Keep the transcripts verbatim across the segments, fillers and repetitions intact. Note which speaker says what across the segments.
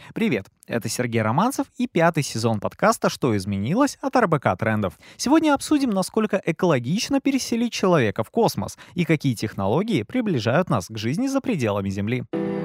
Speaker 1: Привет, это Сергей Романцев и пятый сезон подкаста «Что изменилось?» от эр бэ ка Трендов. Сегодня обсудим, насколько экологично переселить человека в космос и какие технологии приближают нас к жизни за пределами Земли.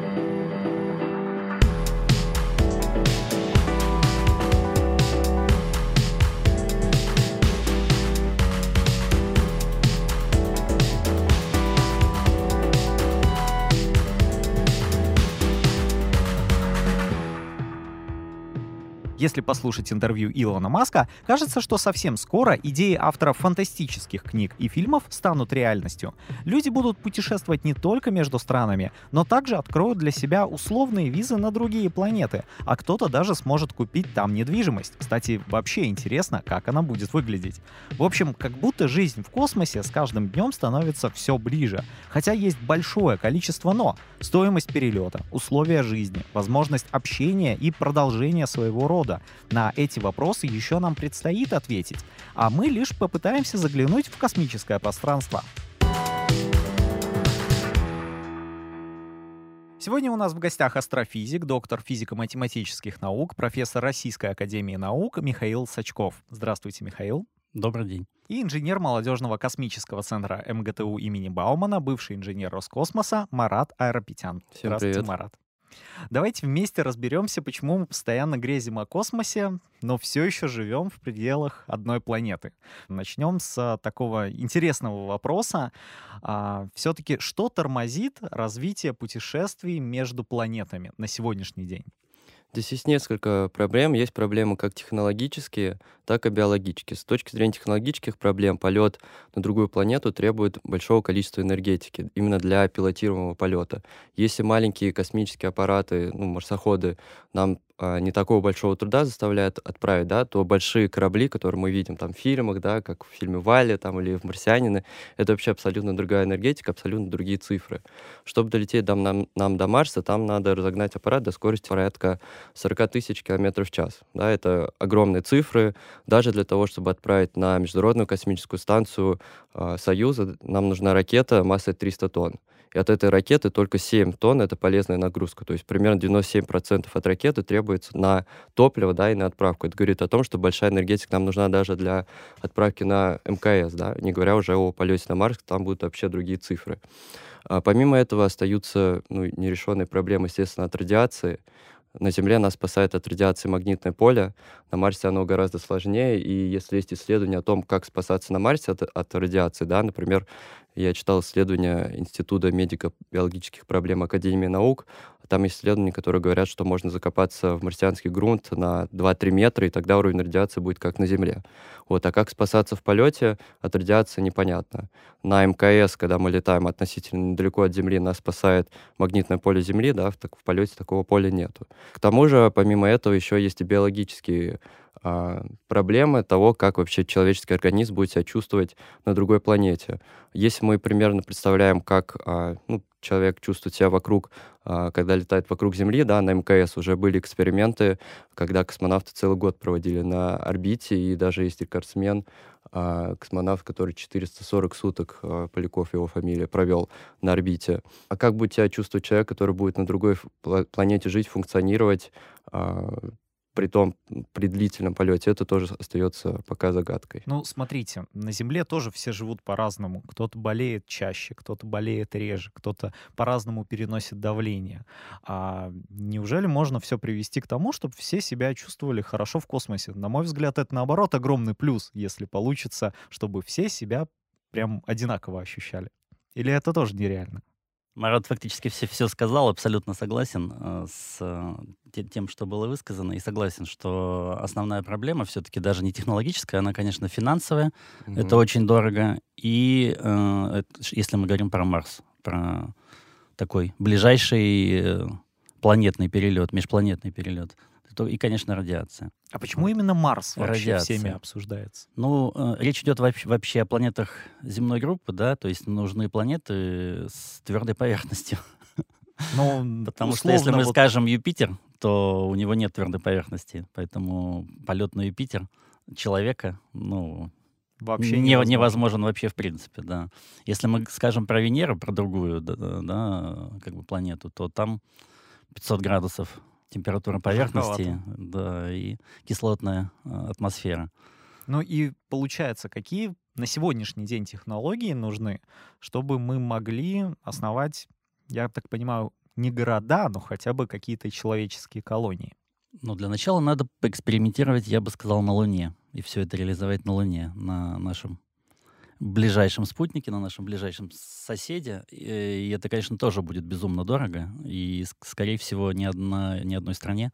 Speaker 1: Если послушать интервью Илона Маска, кажется, что совсем скоро идеи авторов фантастических книг и фильмов станут реальностью. Люди будут путешествовать не только между странами, но также откроют для себя условные визы на другие планеты, а кто-то даже сможет купить там недвижимость. Кстати, вообще интересно, как она будет выглядеть. В общем, как будто жизнь в космосе с каждым днем становится все ближе. Хотя есть большое количество «но». Стоимость перелета, условия жизни, возможность общения и продолжения своего рода. На эти вопросы еще нам предстоит ответить, а мы лишь попытаемся заглянуть в космическое пространство. Сегодня у нас в гостях астрофизик, доктор физико-математических наук, профессор Российской академии наук Михаил Сачков. Здравствуйте, Михаил.
Speaker 2: Добрый день.
Speaker 1: И инженер молодежного космического центра эм гэ тэ у имени Баумана, бывший инженер Роскосмоса Марат Айрапетян.
Speaker 2: Всем
Speaker 1: Здравствуйте,
Speaker 2: привет.
Speaker 1: Марат. Давайте вместе разберемся, почему мы постоянно грезим о космосе, но все еще живем в пределах одной планеты. Начнем с такого интересного вопроса. А, все-таки, что тормозит развитие путешествий между планетами на сегодняшний день?
Speaker 2: Здесь есть несколько проблем. Есть проблемы как технологические, так и биологические. С точки зрения технологических проблем, полет на другую планету требует большого количества энергетики именно для пилотируемого полета. Если маленькие космические аппараты, ну, марсоходы, нам а, не такого большого труда заставляют отправить, да, то большие корабли, которые мы видим там в фильмах, да, как в фильме «Валли» там, или в «Марсианины», это вообще абсолютно другая энергетика, абсолютно другие цифры. Чтобы долететь до, нам, нам до Марса, там надо разогнать аппарат до скорости порядка сорок тысяч километров в час. Да, это огромные цифры. Даже для того, чтобы отправить на Международную космическую станцию э, Союза, нам нужна ракета массой триста тонн. И от этой ракеты только семь тонн — это полезная нагрузка. То есть примерно девяносто семь процентов от ракеты требуется на топливо, да, и на отправку. Это говорит о том, что большая энергетика нам нужна даже для отправки на эм ка эс, да, не говоря уже о полете на Марс, там будут вообще другие цифры. А помимо этого остаются, ну, нерешенные проблемы, естественно, от радиации. На Земле нас спасает от радиации магнитное поле, на Марсе оно гораздо сложнее, и если есть исследования о том, как спасаться на Марсе от, от радиации, да, например, я читал исследования Института медико-биологических проблем Академии наук, там есть исследования, которые говорят, что можно закопаться в марсианский грунт на два-три метра, и тогда уровень радиации будет как на Земле. Вот. А как спасаться в полете от радиации, непонятно. На эм ка эс, когда мы летаем относительно недалеко от Земли, нас спасает магнитное поле Земли, да, в, так, в полете такого поля нету. К тому же, помимо этого, еще есть и биологические а, проблемы того, как вообще человеческий организм будет себя чувствовать на другой планете. Если мы примерно представляем, как а, ну, человек чувствует себя вокруг, а, когда летает вокруг Земли, да, на эм ка эс уже были эксперименты, когда космонавты целый год проводили на орбите, и даже есть рекордсмен, а, космонавт, который четыреста сорок суток, а, Поляков его фамилия, провел на орбите. А как будет себя чувствовать человек, который будет на другой пла- планете жить, функционировать, а, при том, при длительном полете, это тоже остается пока загадкой.
Speaker 1: Ну, смотрите, на Земле тоже все живут по-разному. Кто-то болеет чаще, кто-то болеет реже, кто-то по-разному переносит давление. А неужели можно все привести к тому, чтобы все себя чувствовали хорошо в космосе? На мой взгляд, это, наоборот, огромный плюс, если получится, чтобы все себя прям одинаково ощущали. Или это тоже нереально?
Speaker 3: Марат фактически все, все сказал, абсолютно согласен э, с э, те- тем, что было высказано, и согласен, что основная проблема все-таки даже не технологическая, она, конечно, финансовая,
Speaker 2: Мгм.
Speaker 3: это очень дорого, и э, это ш- если мы говорим про Марс, про такой ближайший э, планетный перелет, межпланетный перелет, то и, конечно, радиация.
Speaker 1: А почему именно Марс вообще
Speaker 3: Радиация.
Speaker 1: всеми обсуждается?
Speaker 3: Ну, э, речь идет вообще, вообще о планетах земной группы, да, то есть нужны планеты с твердой поверхностью.
Speaker 1: Ну,
Speaker 3: Потому что если
Speaker 1: условно
Speaker 3: мы
Speaker 1: вот-
Speaker 3: скажем Юпитер, то у него нет твердой поверхности, поэтому полет на Юпитер человека, ну,
Speaker 1: вообще
Speaker 3: не-
Speaker 1: невозможно.
Speaker 3: невозможен вообще в принципе, да. Если мы скажем про Венеру, про другую, да, да, да, как бы планету, то там пятьсот градусов температура поверхности,
Speaker 1: Жарковато.
Speaker 3: да, и кислотная э, атмосфера.
Speaker 1: Ну и получается, какие на сегодняшний день технологии нужны, чтобы мы могли основать, я так понимаю, не города, но хотя бы какие-то человеческие колонии?
Speaker 3: Но для начала надо поэкспериментировать, я бы сказал, на Луне. И все это реализовать на Луне, на нашем ближайшем спутнике, на нашем ближайшем соседе. И это, конечно, тоже будет безумно дорого. И, ск- скорее всего, ни, одна, ни одной стране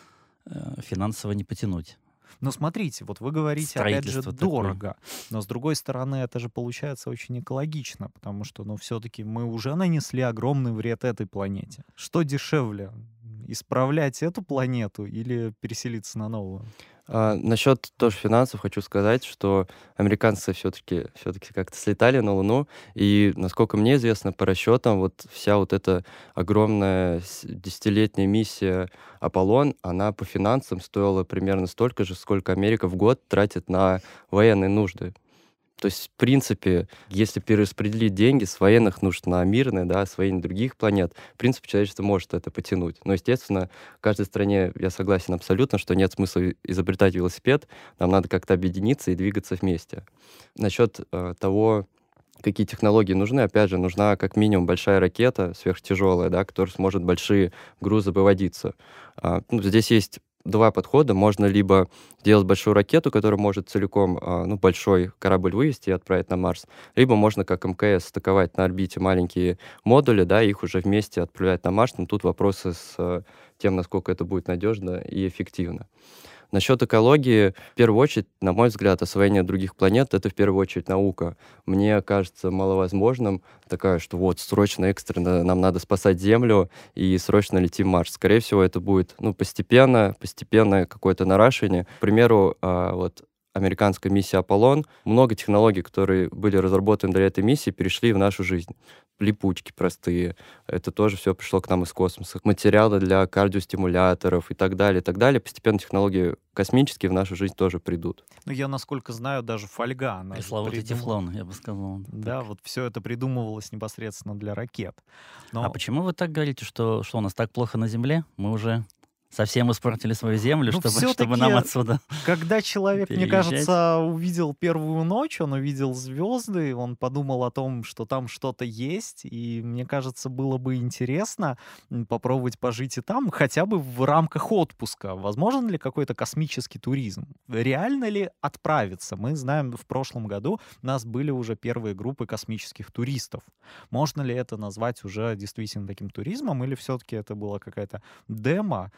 Speaker 3: э, финансово не потянуть.
Speaker 1: Но смотрите, вот вы говорите, опять же,
Speaker 3: Строительство такое.
Speaker 1: дорого, но с другой стороны, это же получается очень экологично, потому что, ну, все-таки мы уже нанесли огромный вред этой планете. Что дешевле, исправлять эту планету или переселиться на новую?
Speaker 2: А, насчет тоже финансов хочу сказать, что американцы все-таки все-таки как-то слетали на Луну, и, насколько мне известно, по расчетам, вот вся вот эта огромная с- десятилетняя миссия Аполлон, она по финансам стоила примерно столько же, сколько Америка в год тратит на военные нужды. То есть, в принципе, если перераспределить деньги с военных нужд на мирные, да, освоение других планет, в принципе, человечество может это потянуть. Но, естественно, в каждой стране, я согласен абсолютно, что нет смысла и- изобретать велосипед, нам надо как-то объединиться и двигаться вместе. Насчет э, того, какие технологии нужны, опять же, нужна как минимум большая ракета, сверхтяжелая, да, которая сможет большие грузы выводиться. А, ну, здесь есть два подхода. Можно либо сделать большую ракету, которая может целиком, а, ну, большой корабль вывести и отправить на Марс, либо можно, как МКС, стыковать на орбите маленькие модули, да, и их уже вместе отправлять на Марс. Но тут вопросы с э, тем, насколько это будет надежно и эффективно. Насчет экологии, в первую очередь, на мой взгляд, освоение других планет — это в первую очередь наука. Мне кажется маловозможным такая, что вот срочно, экстренно нам надо спасать Землю и срочно летим в Марс. Скорее всего, это будет, ну, постепенно, постепенное какое-то наращивание. К примеру, а, вот американская миссия «Аполлон», много технологий, которые были разработаны для этой миссии, перешли в нашу жизнь. Липучки простые, это тоже все пришло к нам из космоса. Материалы для кардиостимуляторов и так далее, и так далее. Постепенно технологии космические в нашу жизнь тоже придут.
Speaker 1: Ну, я, насколько знаю, даже фольга, она же
Speaker 3: Пресловутый
Speaker 1: придум-
Speaker 3: тефлон, я бы сказал.
Speaker 1: Да,
Speaker 3: Так.
Speaker 1: вот все это придумывалось непосредственно для ракет.
Speaker 3: А
Speaker 1: Но,
Speaker 3: почему вы так говорите, что, что у нас так плохо на Земле? Мы уже совсем испортили свою Землю,
Speaker 1: ну,
Speaker 3: чтобы, чтобы нам
Speaker 1: все-таки,
Speaker 3: отсюда
Speaker 1: когда человек, мне
Speaker 3: переезжать.
Speaker 1: кажется, увидел первую ночь, он увидел звезды, он подумал о том, что там что-то есть, и мне кажется, было бы интересно м, попробовать пожить и там, хотя бы в рамках отпуска. Возможен ли какой-то космический туризм? Реально ли отправиться? Мы знаем, в прошлом году у нас были уже первые группы космических туристов. Можно ли это назвать уже действительно таким туризмом, или все-таки это была какая-то демо,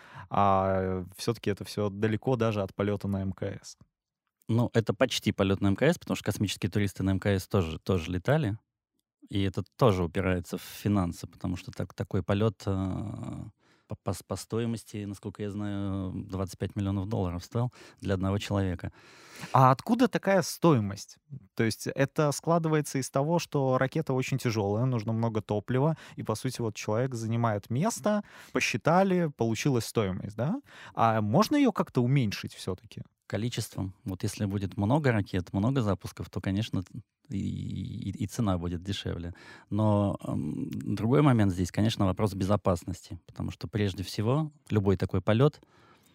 Speaker 1: а все-таки это все далеко даже от полета на МКС?
Speaker 3: Ну, это почти полет на МКС, потому что космические туристы на МКС тоже, тоже летали. И это тоже упирается в финансы, потому что так, такой полет э, по, по, по стоимости, насколько я знаю, двадцать пять миллионов долларов стоил для одного человека.
Speaker 1: А откуда такая стоимость? То есть это складывается из того, что ракета очень тяжелая, нужно много топлива, и, по сути, вот человек занимает место, посчитали, получилась стоимость, да? А можно ее как-то уменьшить все-таки?
Speaker 3: Количеством. Вот если будет много ракет, много запусков, то, конечно, и, и- и цена будет дешевле. Но эм, другой момент здесь, конечно, вопрос безопасности. Потому что прежде всего любой такой полет,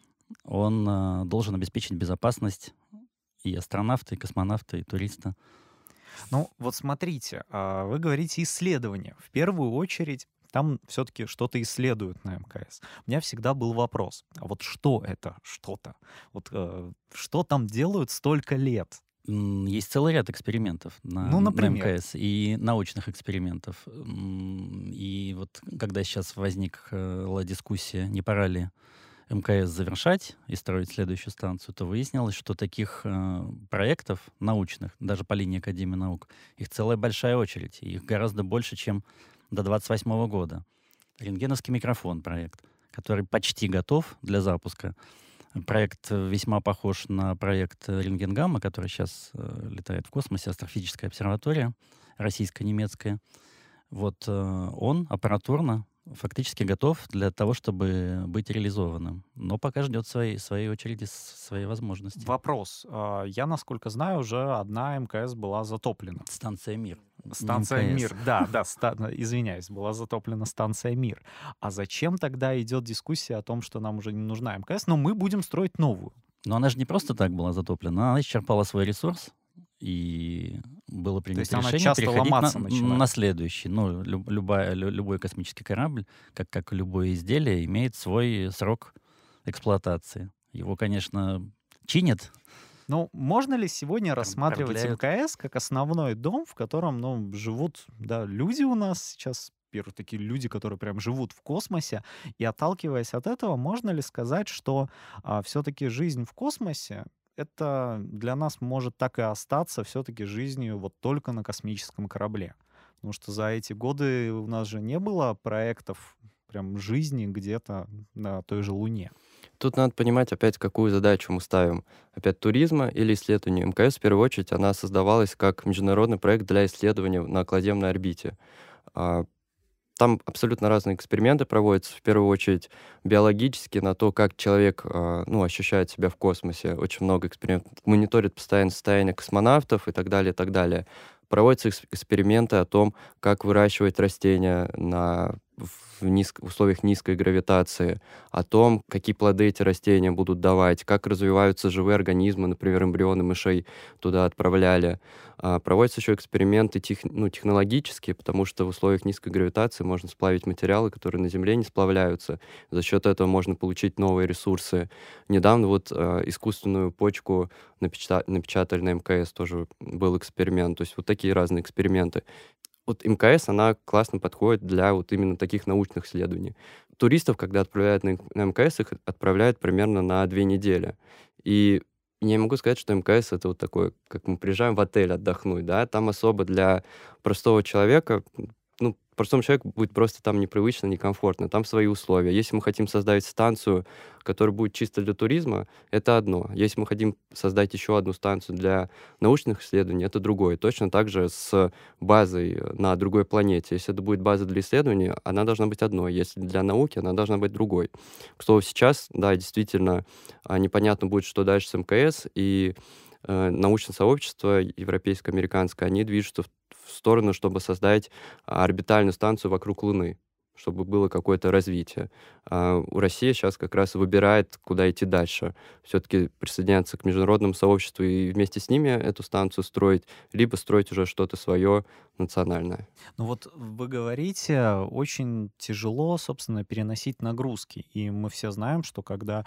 Speaker 3: он э, должен обеспечить безопасность и астронавта, и космонавта, и туриста.
Speaker 1: Ну, вот смотрите, а, вы говорите исследования. В первую очередь там все-таки что-то исследуют на МКС. У меня всегда был вопрос, а вот что это что-то? Вот э, что там делают столько лет?
Speaker 3: М, Есть целый ряд экспериментов на,
Speaker 1: Ну,
Speaker 3: на
Speaker 1: например.
Speaker 3: МКС и научных экспериментов. М, И вот когда сейчас возникла дискуссия, не пора ли МКС завершать и строить следующую станцию, то выяснилось, что таких э, проектов научных, даже по линии Академии наук, их целая большая очередь. И их гораздо больше, чем до двадцать восьмого года. Рентгеновский микрофон проект, который почти готов для запуска. Проект э, весьма похож на проект э, Рентгенгамма, который сейчас э, летает в космосе, астрофизическая обсерватория российско-немецкая. Вот э, он аппаратурно фактически готов для того, чтобы быть реализованным. Но пока ждет своей, своей очереди, с- своей возможности.
Speaker 1: Вопрос. А, Я, насколько знаю, уже одна МКС была затоплена.
Speaker 3: Станция «Мир». не
Speaker 1: Станция
Speaker 3: МКС.
Speaker 1: «Мир», да, да, ста- извиняюсь, была затоплена станция «Мир». А зачем тогда идет дискуссия о том, что нам уже не нужна МКС, но мы будем строить новую?
Speaker 3: Но она же не просто так была затоплена, она исчерпала свой ресурс, и было
Speaker 1: То есть
Speaker 3: принято
Speaker 1: она
Speaker 3: решение
Speaker 1: часто
Speaker 3: переходить
Speaker 1: ломаться
Speaker 3: на,
Speaker 1: начинает.
Speaker 3: на следующий. Ну, люб- любая, лю- любой космический корабль, как, как и любое изделие, имеет свой срок эксплуатации. Его, конечно, чинят.
Speaker 1: Ну, можно ли сегодня
Speaker 3: Пр-
Speaker 1: рассматривать
Speaker 3: продляют.
Speaker 1: МКС как основной дом, в котором, ну, живут, да, люди у нас сейчас, первые такие люди, которые прям живут в космосе, и отталкиваясь от этого, можно ли сказать, что все-таки жизнь в космосе это для нас может так и остаться все-таки жизнью вот только на космическом корабле? Потому что за эти годы у нас же не было проектов прям жизни где-то на той же Луне.
Speaker 2: Тут надо понимать опять, какую задачу мы ставим. Опять туризма или исследования. МКС, в первую очередь, она создавалась как международный проект для исследования на околоземной орбите. А, Там абсолютно разные эксперименты проводятся. В первую очередь биологически на то, как человек а, ну, ощущает себя в космосе. Очень много экспериментов. Мониторят постоянно состояние космонавтов и так далее, и так далее. Проводятся экс- эксперименты о том, как выращивать растения на, в низк- в условиях низкой гравитации, о том, какие плоды эти растения будут давать, как развиваются живые организмы, например, эмбрионы мышей туда отправляли. А, проводятся еще эксперименты тех, ну, технологические, потому что в условиях низкой гравитации можно сплавить материалы, которые на Земле не сплавляются. За счет этого можно получить новые ресурсы. Недавно вот а, искусственную почку напечата- напечатали на МКС, тоже был эксперимент. То есть вот такие разные эксперименты. Вот МКС, она классно подходит для вот именно таких научных исследований. Туристов, когда отправляют на, на МКС, их отправляют примерно на две недели. И я не могу сказать, что МКС — это вот такое, как мы приезжаем в отель отдохнуть, да, там особо для простого человека, ну, простому человеку будет просто там непривычно, некомфортно, там свои условия. Если мы хотим создать станцию, которая будет чисто для туризма, это одно. Если мы хотим создать еще одну станцию для научных исследований, это другое. Точно так же с базой на другой планете. Если это будет база для исследований, она должна быть одной. Если для науки, она должна быть другой. К слову, сейчас, да, действительно, а, непонятно будет, что дальше с МКС, и э, научное сообщество европейско-американское, они движутся в, в сторону, чтобы создать а, орбитальную станцию вокруг Луны, чтобы было какое-то развитие. А у России сейчас как раз выбирает, куда идти дальше. Все-таки присоединяться к международному сообществу и вместе с ними эту станцию строить, либо строить уже что-то свое национальное.
Speaker 1: Ну вот вы говорите, очень тяжело, собственно, переносить нагрузки. И мы все знаем, что когда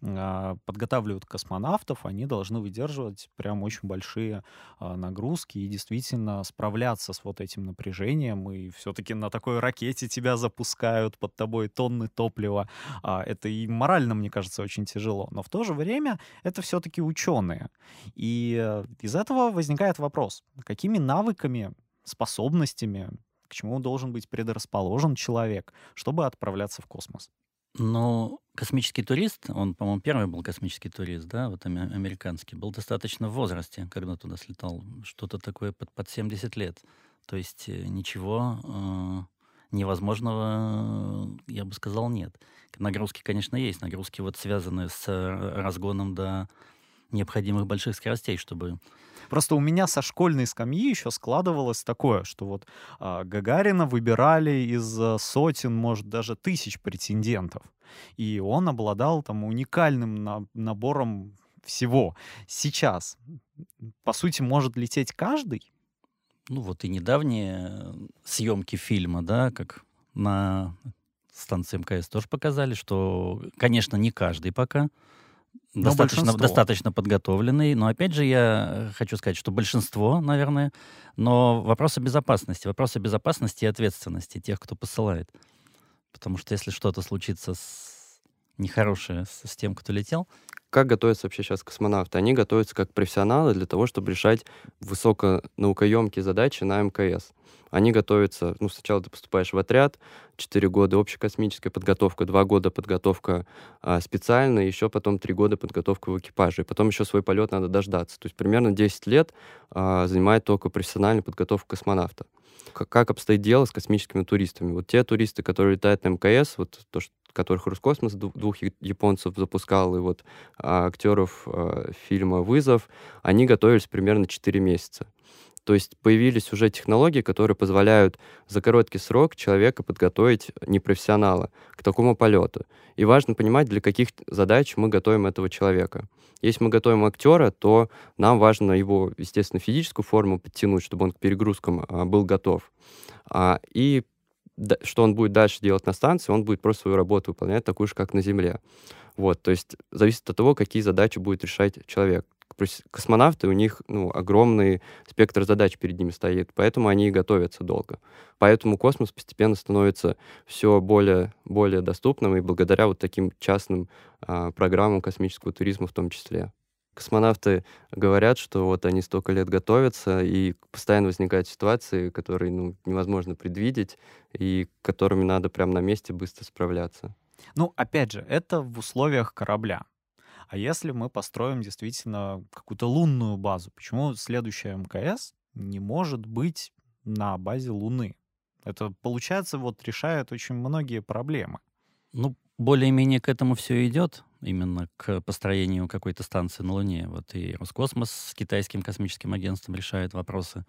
Speaker 1: а, подготавливают космонавтов, они должны выдерживать прям очень большие а, нагрузки и действительно справляться с вот этим напряжением. И все-таки на такой ракете тебя запускают, под тобой тонны топлива. А, это и морально, мне кажется, очень тяжело. Но в то же время это все-таки ученые. И э, из этого возникает вопрос, какими навыками, способностями, к чему должен быть предрасположен человек, чтобы отправляться в космос.
Speaker 3: Но космический турист, он, по-моему, первый был космический турист, да, вот аме- американский, был достаточно в возрасте, когда туда слетал, что-то такое под, под семьдесят лет. То есть э, ничего э, невозможного, э, я бы сказал, нет. Нагрузки, конечно, есть. Нагрузки вот связаны с э, разгоном до необходимых больших скоростей, чтобы...
Speaker 1: Просто у меня со школьной скамьи еще складывалось такое, что вот а, Гагарина выбирали из а, сотен, может, даже тысяч претендентов. И он обладал там уникальным на- набором всего. Сейчас, по сути, может лететь каждый.
Speaker 3: Ну вот и недавние съемки фильма, да, как на станции МКС тоже показали, что, конечно, не каждый пока,
Speaker 1: Но
Speaker 3: достаточно,
Speaker 1: большинство.
Speaker 3: достаточно подготовленный, но опять же я э, хочу сказать, что большинство, наверное, но вопрос о безопасности, вопрос о безопасности и ответственности тех, кто посылает. Потому что если что-то случится с... нехорошее с, с тем, кто летел,
Speaker 2: как готовятся вообще сейчас космонавты? Они готовятся как профессионалы для того, чтобы решать высоконаукоемкие задачи на эм ка эс. Они готовятся, ну, сначала ты поступаешь в отряд, четыре года общекосмическая подготовка, два года подготовка а, специальная, еще потом три года подготовка в экипаже, и потом еще свой полет надо дождаться. То есть примерно десять лет а, занимает только профессиональная подготовка космонавта. Как, как обстоит дело с космическими туристами? Вот те туристы, которые летают на эм ка эс, вот то, что которых Роскосмос двух японцев запускал, и вот а, актеров а, фильма «Вызов», они готовились примерно четыре месяца. То есть появились уже технологии, которые позволяют за короткий срок человека подготовить непрофессионала к такому полету. И важно понимать, для каких задач мы готовим этого человека. Если мы готовим актера, то нам важно его, естественно, физическую форму подтянуть, чтобы он к перегрузкам а, был готов. А, и что он будет дальше делать на станции, он будет просто свою работу выполнять, такую же, как на Земле. Вот, то есть зависит от того, какие задачи будет решать человек. Космонавты, у них ну, огромный спектр задач перед ними стоит, поэтому они и готовятся долго. Поэтому космос постепенно становится все более, более доступным, и благодаря вот таким частным а, программам космического туризма в том числе. Космонавты говорят, что вот они столько лет готовятся, и постоянно возникают ситуации, которые ну, невозможно предвидеть, и которыми надо прямо на месте быстро справляться.
Speaker 1: Ну, опять же, это в условиях корабля. А если мы построим действительно какую-то лунную базу, почему следующая эм ка эс не может быть на базе Луны? Это, получается, вот решает очень многие проблемы.
Speaker 3: Ну, более-менее к этому все идет, именно к построению какой-то станции на Луне. Вот и Роскосмос с китайским космическим агентством решает вопросы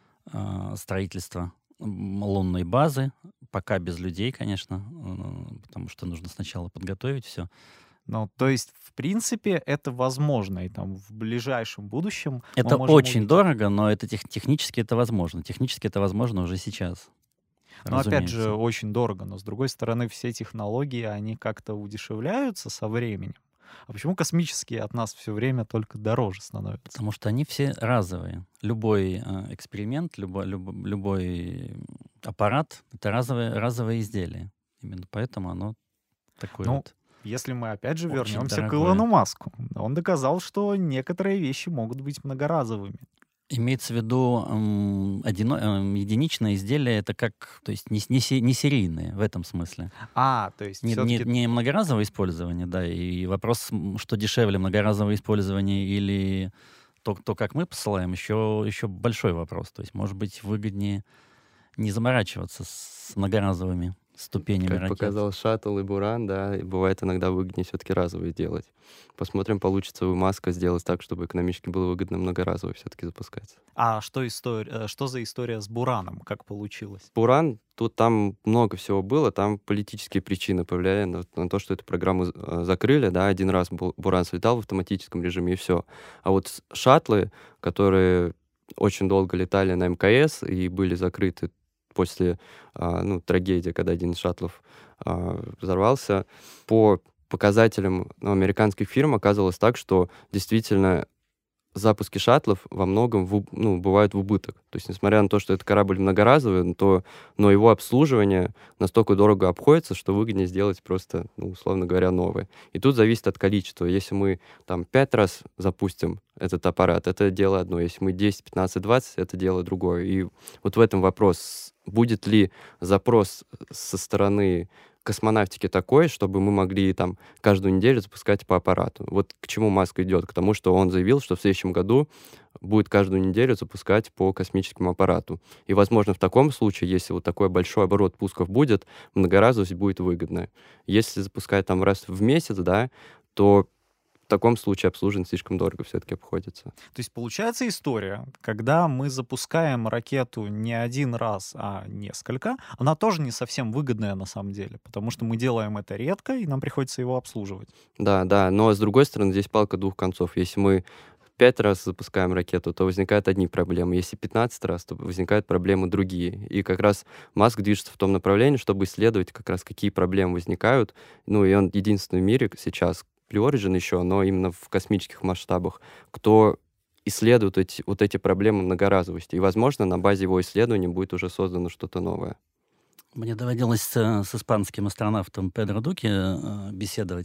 Speaker 3: э, строительства лунной базы. Пока без людей, конечно, э, потому что нужно сначала подготовить все.
Speaker 1: Ну, то есть, в принципе, это возможно, и там в ближайшем будущем
Speaker 3: Это
Speaker 1: мы можем
Speaker 3: очень
Speaker 1: увидеть.
Speaker 3: дорого, но это тех, технически это возможно. Технически это возможно уже сейчас.
Speaker 1: Но опять же,
Speaker 3: Разумеется.
Speaker 1: очень дорого. Но, с другой стороны, все технологии, они как-то удешевляются со временем. А почему космические от нас все время только дороже становятся?
Speaker 3: Потому что они все разовые. Любой э, эксперимент, любой, люб- любой аппарат — это разовое, разовое изделие. Именно поэтому оно такое
Speaker 1: Ну,
Speaker 3: вот.
Speaker 1: Если мы опять же
Speaker 3: Очень
Speaker 1: вернемся к
Speaker 3: дорогое.
Speaker 1: Илону Маску, он доказал, что некоторые вещи могут быть многоразовыми.
Speaker 3: Имеется в виду эм, одино- эм, единичное изделие, это как, то есть не, с- не, се- не серийные в этом смысле.
Speaker 1: А, то есть
Speaker 3: Не, не,
Speaker 1: все-таки...
Speaker 3: не многоразовое использование, да, и вопрос, м, что дешевле, многоразовое использование или то, то как мы посылаем, еще, еще большой вопрос. То есть, может быть, выгоднее не заморачиваться с многоразовыми ступенями
Speaker 2: Как
Speaker 3: ракет.
Speaker 2: показал шаттл и Буран, да, и бывает иногда выгоднее все-таки разовые делать. Посмотрим, получится у Маска сделать так, чтобы экономически было выгодно многоразово все-таки запускать.
Speaker 1: А что, история, что за история с Бураном? Как получилось?
Speaker 2: Буран, тут там много всего было, там политические причины повлияли на, на то, что эту программу э, закрыли, да, один раз Бу- Буран слетал в автоматическом режиме, и все. А вот с- шаттлы, которые очень долго летали на эм ка эс и были закрыты после а, ну, трагедии, когда один из шаттлов а, взорвался, по показателям ну, американских фирм оказывалось так, что действительно запуски шаттлов во многом в, уб- ну, бывают в убыток. То есть, несмотря на то, что это корабль многоразовый, то, но его обслуживание настолько дорого обходится, что выгоднее сделать просто, ну, условно говоря, новое. И тут зависит от количества. Если мы там пять раз запустим этот аппарат, это дело одно. Если мы десять, пятнадцать, двадцать, это дело другое. И вот в этом вопрос. Будет ли запрос со стороны космонавтики такой, чтобы мы могли там каждую неделю запускать по аппарату. Вот к чему Маск идет? К тому, что он заявил, что в следующем году будет каждую неделю запускать по космическому аппарату. И, возможно, в таком случае, если вот такой большой оборот пусков будет, многоразовость будет выгодная. Если запускать там раз в месяц, да, то в таком случае обслуживание слишком дорого все-таки обходится.
Speaker 1: То есть получается история, когда мы запускаем ракету не один раз, а несколько, она тоже не совсем выгодная на самом деле, потому что мы делаем это редко, и нам приходится его обслуживать.
Speaker 2: Да, да, но с другой стороны, здесь палка двух концов. Если мы пять раз запускаем ракету, то возникают одни проблемы. Если пятнадцать раз, то возникают проблемы другие. И как раз Маск движется в том направлении, чтобы исследовать как раз, какие проблемы возникают. Ну, и он единственный в мире сейчас, Blue Origin еще, но именно в космических масштабах, кто исследует эти, вот эти проблемы многоразовости. И, возможно, на базе его исследования будет уже создано что-то новое.
Speaker 3: Мне доводилось с, с испанским астронавтом Педро Дуки э, беседовать.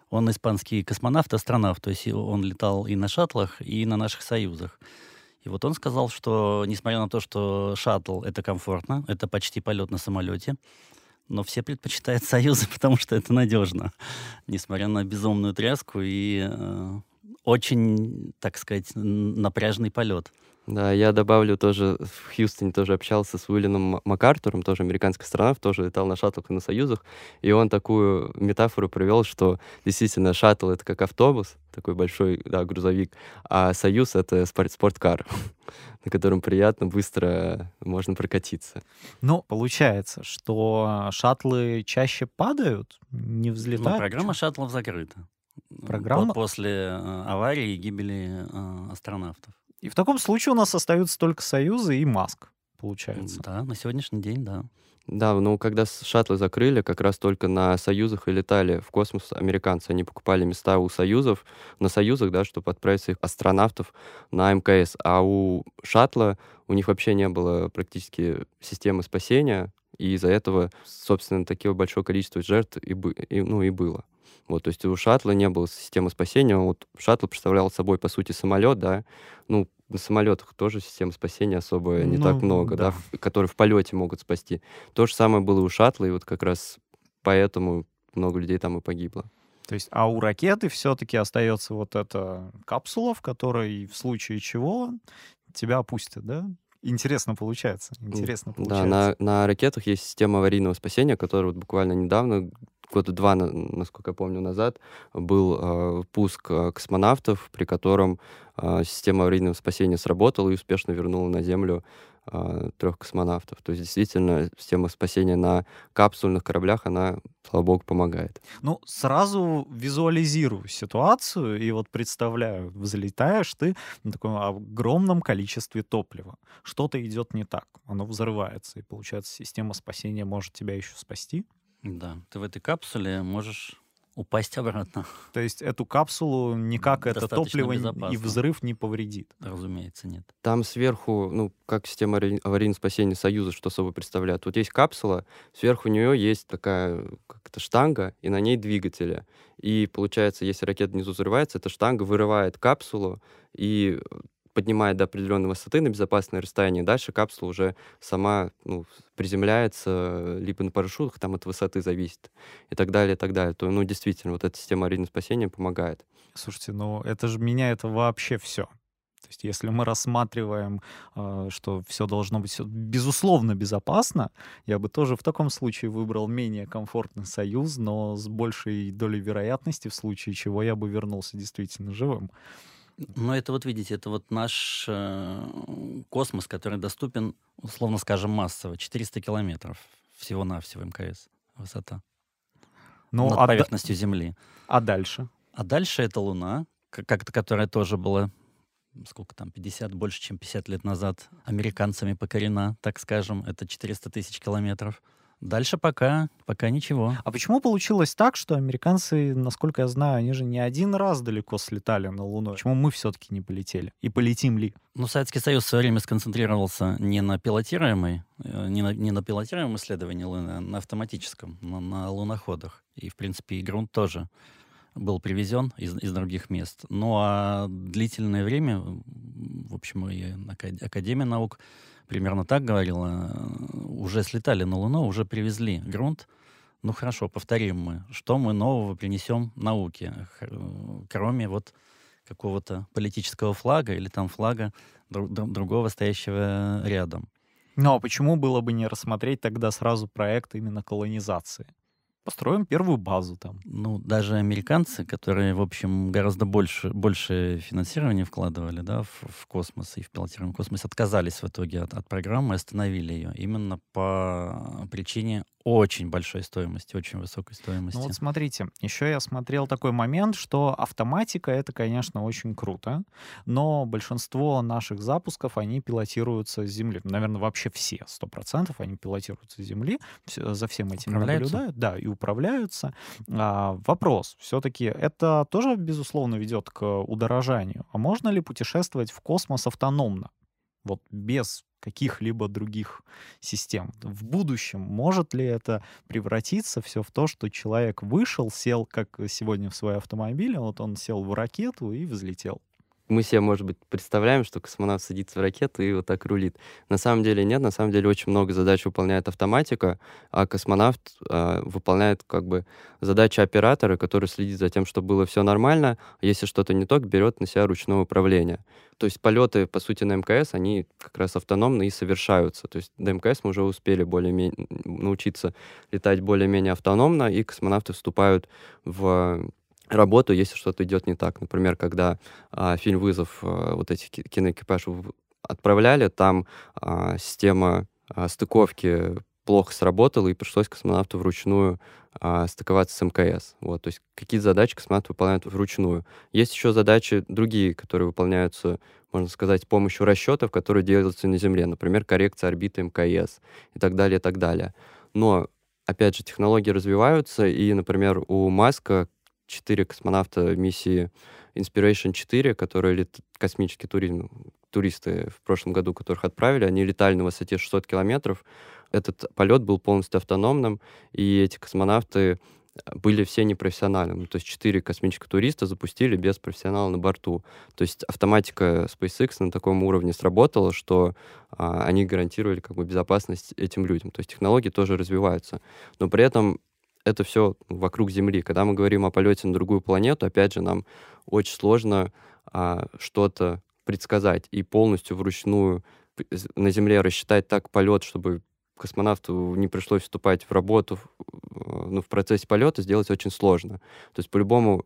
Speaker 3: Он испанский космонавт, астронавт, то есть и он летал и на шаттлах, и на наших союзах. И вот он сказал, что несмотря на то, что шаттл — это комфортно, это почти полет на самолете, но все предпочитают союзы, потому что это надежно, несмотря на безумную тряску и э, очень, так сказать, н- напряжный полет.
Speaker 2: Да, я добавлю тоже, в Хьюстоне тоже общался с Уиллином М- МакАртуром, тоже американский астронавт, тоже летал на шаттлах и на союзах, и он такую метафору провел, что действительно шаттл — это как автобус, такой большой, да, грузовик, а союз — это спорт- спорткар, на котором приятно, быстро можно прокатиться.
Speaker 1: Ну, получается, что шаттлы чаще падают, не
Speaker 3: Ну,
Speaker 1: взлетают.
Speaker 3: программа шаттлов закрыта.
Speaker 1: Программа?
Speaker 3: По- После э, аварии и гибели э, астронавтов.
Speaker 1: И в таком случае у нас остаются только союзы и Маск, получается.
Speaker 3: Да, на сегодняшний день, да.
Speaker 2: Да, ну когда с- шаттлы закрыли, как раз только на союзах и летали в космос американцы. Они покупали места у союзов, на союзах, да, чтобы отправить своих астронавтов на эм ка эс. А у шаттла у них вообще не было практически системы спасения, и из-за этого, собственно, такое большое количество жертв и, бы- и, ну, и было. Вот, то есть у шаттла не было системы спасения. Вот шаттл представлял собой, по сути, самолет, да. Ну, на самолетах тоже системы спасения особо не так
Speaker 1: Ну,
Speaker 2: много, да,
Speaker 1: да.
Speaker 2: в- которые в полете могут спасти. То же самое было и у шаттла, и вот как раз поэтому много людей там и погибло.
Speaker 1: То есть, а у ракеты все-таки остается вот эта капсула, в которой в случае чего тебя опустят, да? Интересно получается. Интересно
Speaker 2: Да,
Speaker 1: получается.
Speaker 2: на, на ракетах есть система аварийного спасения, которая вот буквально недавно, года два, на- насколько я помню, назад, был э, пуск э, космонавтов, при котором э, система аварийного спасения сработала и успешно вернула на Землю э, трех космонавтов. То есть действительно система спасения на капсульных кораблях, она, слава богу, помогает.
Speaker 1: Ну, сразу визуализирую ситуацию и вот представляю, взлетаешь ты на таком огромном количестве топлива. Что-то идет не так, оно взрывается, и получается, система спасения может тебя еще спасти.
Speaker 3: Да, ты в этой капсуле можешь упасть обратно.
Speaker 1: То есть эту капсулу никак это
Speaker 3: Достаточно
Speaker 1: топливо н- и
Speaker 3: безопасно.
Speaker 1: взрыв не повредит.
Speaker 3: Разумеется, нет.
Speaker 2: Там сверху, ну, как система авари- аварийного спасения Союза, что собой представляет. Вот есть капсула, сверху нее есть такая как-то штанга, и на ней двигатели. И получается, если ракета внизу взрывается, эта штанга вырывает капсулу и поднимает до определенной высоты на безопасное расстояние. Дальше капсула уже сама, ну, приземляется либо на парашютах, там от высоты зависит, и так далее, и так далее. То, ну, действительно, вот эта система аварийного спасения помогает.
Speaker 1: Слушайте, ну это же меняет вообще все. То есть если мы рассматриваем, э, что все должно быть всё безусловно безопасно, я бы тоже в таком случае выбрал менее комфортный союз, но с большей долей вероятности, в случае чего я бы вернулся действительно живым.
Speaker 3: Но это вот, видите, это вот наш э, космос, который доступен, условно скажем, массово. четыреста километров всего-навсего МКС высота
Speaker 1: Ну,
Speaker 3: над
Speaker 1: а, да-
Speaker 3: поверхностью Земли.
Speaker 1: а дальше?
Speaker 3: А дальше это Луна, к- как которая тоже была, сколько там, пятьдесят, больше, чем пятьдесят лет назад американцами покорена, так скажем. Это четыреста тысяч километров. Дальше пока, пока ничего.
Speaker 1: А почему получилось так, что американцы, насколько я знаю, они же не один раз далеко слетали на Луну? Почему мы все-таки не полетели? И полетим ли?
Speaker 3: Ну, Советский Союз в свое время сконцентрировался не на пилотируемой, э, не на, не на пилотируемом исследовании Луны, а на автоматическом, на, на луноходах. И, в принципе, и грунт тоже был привезен из, из других мест. Ну, а длительное время, в общем, и Акад- Академия наук примерно так говорила, э, уже слетали на Луну, уже привезли грунт. Ну, хорошо, повторим мы. Что мы нового принесем науке, х- э, кроме вот какого-то политического флага или там флага дру- дру- другого стоящего рядом.
Speaker 1: Ну, а почему было бы не рассмотреть тогда сразу проект именно колонизации? Построим первую базу там.
Speaker 3: Ну, даже американцы, которые, в общем, гораздо больше, больше финансирования вкладывали, да, в, в космос и в пилотируемый космос, отказались в итоге от, от программы, остановили ее именно по причине очень большой стоимости, очень высокой стоимости.
Speaker 1: Ну вот смотрите, еще я смотрел такой момент, что автоматика — это, конечно, очень круто, но большинство наших запусков, они пилотируются с Земли. Наверное, вообще все, сто процентов они пилотируются с Земли, все- за всем этим
Speaker 3: Управляются?
Speaker 1: наблюдают, да, и управляются. А, вопрос, все-таки это тоже, безусловно, ведет к удорожанию. А можно ли путешествовать в космос автономно? Вот без каких-либо других систем. В будущем может ли это превратиться все в то, что человек вышел, сел, как сегодня в свой автомобиль, вот он сел в ракету и взлетел?
Speaker 2: Мы себе, может быть, представляем, что космонавт садится в ракету и вот так рулит. На самом деле нет, на самом деле очень много задач выполняет автоматика, а космонавт э, выполняет как бы задачи оператора, который следит за тем, чтобы было все нормально, а если что-то не так, берет на себя ручное управление. То есть полеты, по сути, на МКС, они как раз автономны и совершаются. То есть до МКС мы уже успели более-менее научиться летать более-менее автономно, и космонавты вступают в работу, если что-то идет не так. Например, когда а, фильм «Вызов», а, вот эти ки- киноэкипаж в- отправляли, там а, система а, стыковки плохо сработала, и пришлось космонавту вручную а, стыковаться с МКС. Вот, то есть какие-то задачи космонавты выполняют вручную. Есть еще задачи другие, которые выполняются, можно сказать, с помощью расчетов, которые делаются на Земле. Например, коррекция орбиты МКС и так далее, и так далее. Но, опять же, технологии развиваются, и, например, у Маска четыре космонавта в миссии Inspiration четыре, которые лет... космический туризм, туристы в прошлом году, которых отправили, они летали на высоте шестьсот километров. Этот полет был полностью автономным, и эти космонавты были все непрофессиональными. То есть четыре космических туриста запустили без профессионала на борту. То есть автоматика SpaceX на таком уровне сработала, что а, они гарантировали как бы безопасность этим людям. То есть технологии тоже развиваются. Но при этом это все вокруг Земли. Когда мы говорим о полете на другую планету, опять же, нам очень сложно а, что-то предсказать и полностью вручную п- з- на Земле рассчитать так полет, чтобы космонавту не пришлось вступать в работу, в- в- ну, в процессе полета сделать очень сложно. То есть по-любому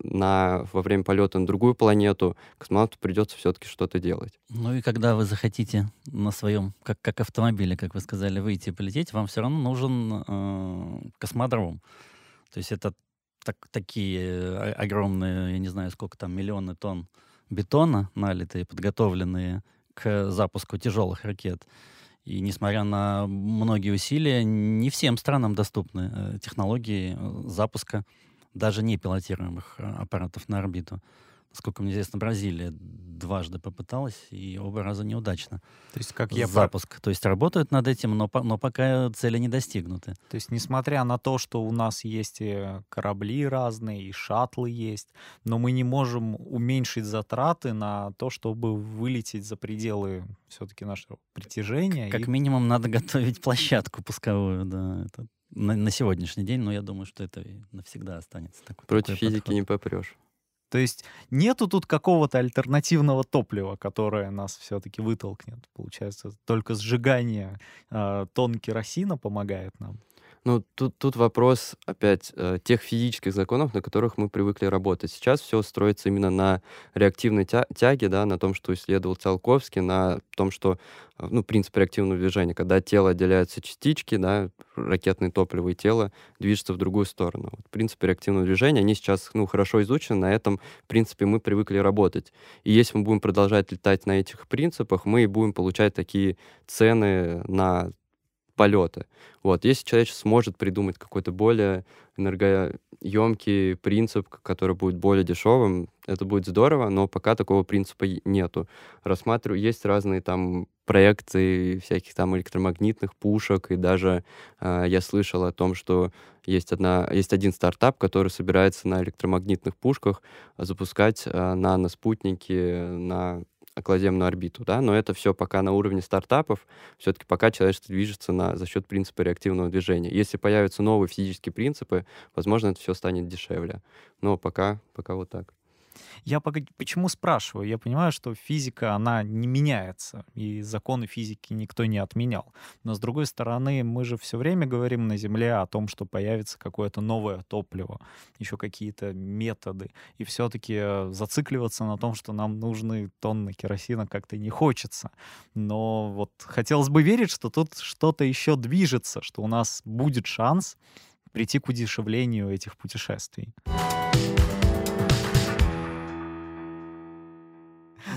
Speaker 2: на, во время полета на другую планету космонавту придется все-таки что-то делать.
Speaker 3: Ну и когда вы захотите на своем, как, как автомобиле, как вы сказали, выйти и полететь, вам все равно нужен э, космодром. То есть это так, такие о- огромные, я не знаю, сколько там, миллионы тонн бетона налитые, подготовленные к запуску тяжелых ракет. И несмотря на многие усилия, не всем странам доступны э, технологии э, запуска даже не пилотируемых э, аппаратов на орбиту. Насколько мне известно, Бразилия дважды попыталась, и оба раза неудачно.
Speaker 1: То есть, как я... пар-
Speaker 3: Запуск. То есть работают над этим, но, по- но пока цели не достигнуты.
Speaker 1: То есть, несмотря на то, что у нас есть и корабли разные, и шаттлы есть, но мы не можем уменьшить затраты на то, чтобы вылететь за пределы все-таки нашего притяжения.
Speaker 3: Как
Speaker 1: и-
Speaker 3: минимум надо готовить площадку пусковую, да, это на, на сегодняшний день, но я думаю, что это и навсегда останется. Такой,
Speaker 2: Против
Speaker 3: такой
Speaker 2: физики
Speaker 3: подход.
Speaker 2: не попрешь.
Speaker 1: То есть нету тут какого-то альтернативного топлива, которое нас все-таки вытолкнет. Получается, только сжигание э, тонн керосина помогает нам.
Speaker 2: Ну, тут, тут вопрос, опять, э, тех физических законов, на которых мы привыкли работать. Сейчас все строится именно на реактивной тя- тяге, да, на том, что исследовал Циолковский, на том, что, э, ну, принцип реактивного движения, когда от тела отделяются частички, да, ракетное топливо, и тело движется в другую сторону. Вот принципы реактивного движения, они сейчас, ну, хорошо изучены, на этом принципе мы привыкли работать. И если мы будем продолжать летать на этих принципах, мы и будем получать такие цены на полеты. Вот. Если человечество сможет придумать какой-то более энергоемкий принцип, к- который будет более дешевым, это будет здорово, но пока такого принципа и нету. Рассматриваю, есть разные там проекты всяких там электромагнитных пушек, и даже э, я слышал о том, что есть, одна, есть один стартап, который собирается на электромагнитных пушках запускать э, наноспутники на околоземную орбиту, да, но это все пока на уровне стартапов, все-таки пока человечество движется на, за счет принципа реактивного движения. Если появятся новые физические принципы, возможно, это все станет дешевле. Но пока, пока вот так.
Speaker 1: Я пога- почему спрашиваю? Я понимаю, что физика, она не меняется, и законы физики никто не отменял. Но, с другой стороны, мы же все время говорим на Земле о том, что появится какое-то новое топливо, еще какие-то методы. И все-таки зацикливаться на том, что нам нужны тонны керосина, как-то не хочется. Но вот хотелось бы верить, что тут что-то еще движется, что у нас будет шанс прийти к удешевлению этих путешествий.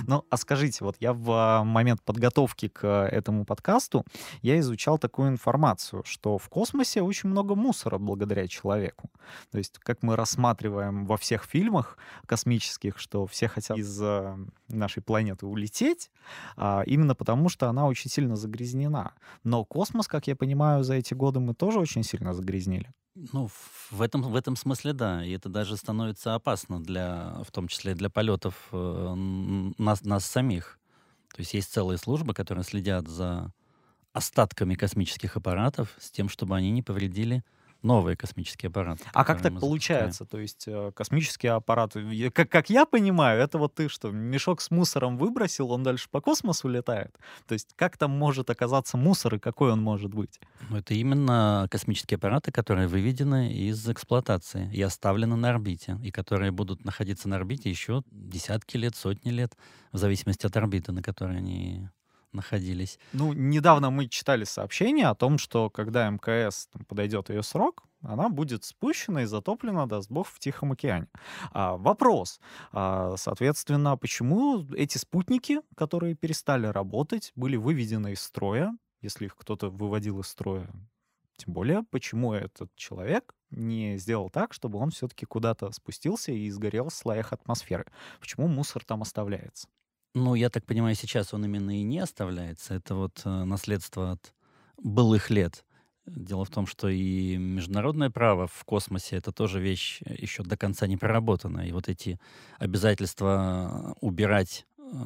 Speaker 1: Ну, а скажите, вот я в а, момент подготовки к а, этому подкасту, я изучал такую информацию, что в космосе очень много мусора благодаря человеку. То есть, как мы рассматриваем во всех фильмах космических, что все хотят из а, нашей планеты улететь, а, именно потому, что она очень сильно загрязнена. Но космос, как я понимаю, за эти годы мы тоже очень сильно загрязнили.
Speaker 3: Ну, в этом, в этом смысле, да. И это даже становится опасно, для, в том числе для полетов э, н- нас, нас самих. То есть есть целые службы, которые следят за остатками космических аппаратов с тем, чтобы они не повредили новые космические аппараты,
Speaker 1: А как
Speaker 3: которые
Speaker 1: так
Speaker 3: мы запускаем.
Speaker 1: получается? То есть э, космические аппараты, я- как, как я понимаю, это вот ты что, мешок с мусором выбросил, он дальше по космосу летает? То есть как там может оказаться мусор и какой он может быть?
Speaker 3: Ну, это именно космические аппараты, которые выведены из эксплуатации и оставлены на орбите, и которые будут находиться на орбите еще десятки лет, сотни лет, в зависимости от орбиты, на которой они находились.
Speaker 1: Ну, недавно мы читали сообщение о том, что когда МКС там, подойдет ее срок, она будет спущена и затоплена, даст бог, в Тихом океане. А, вопрос. А, соответственно, почему эти спутники, которые перестали работать, были выведены из строя, если их кто-то выводил из строя? Тем более, почему этот человек не сделал так, чтобы он все-таки куда-то спустился и сгорел в слоях атмосферы? Почему мусор там оставляется?
Speaker 3: Ну, я так понимаю, сейчас он именно и не оставляется. Это вот э, наследство от былых лет. Дело в том, что и международное право в космосе — это тоже вещь э, еще до конца не проработанная. И вот эти обязательства э, убирать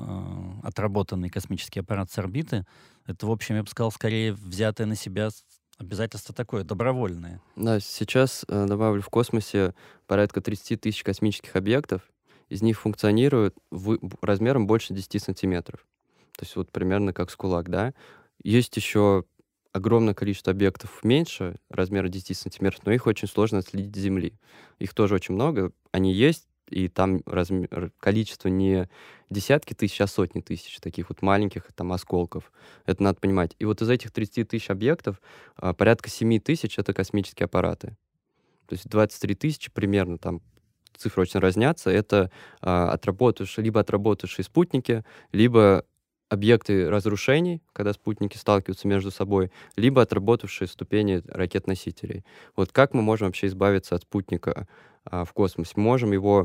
Speaker 3: э, отработанный космический аппарат с орбиты, это, в общем, я бы сказал, скорее взятое на себя с- обязательство такое, добровольное.
Speaker 2: Да, сейчас, э, добавлю, в космосе порядка тридцать тысяч космических объектов, из них функционируют вы- б- размером больше десяти сантиметров. То есть вот примерно как с кулак, да. Есть еще огромное количество объектов меньше, размера десяти сантиметров, но их очень сложно отследить с Земли. Их тоже очень много, они есть, и там разме- р- количество не десятки тысяч, а сотни тысяч таких вот маленьких там осколков. Это надо понимать. И вот из этих тридцати тысяч объектов а, порядка семи тысяч — это космические аппараты. То есть двадцать три тысячи примерно, там цифры очень разнятся, это а, отработавшие, либо отработавшие спутники, либо объекты разрушений, когда спутники сталкиваются между собой, либо отработавшие ступени ракет-носителей. Вот как мы можем вообще избавиться от спутника а, в космосе? Мы можем его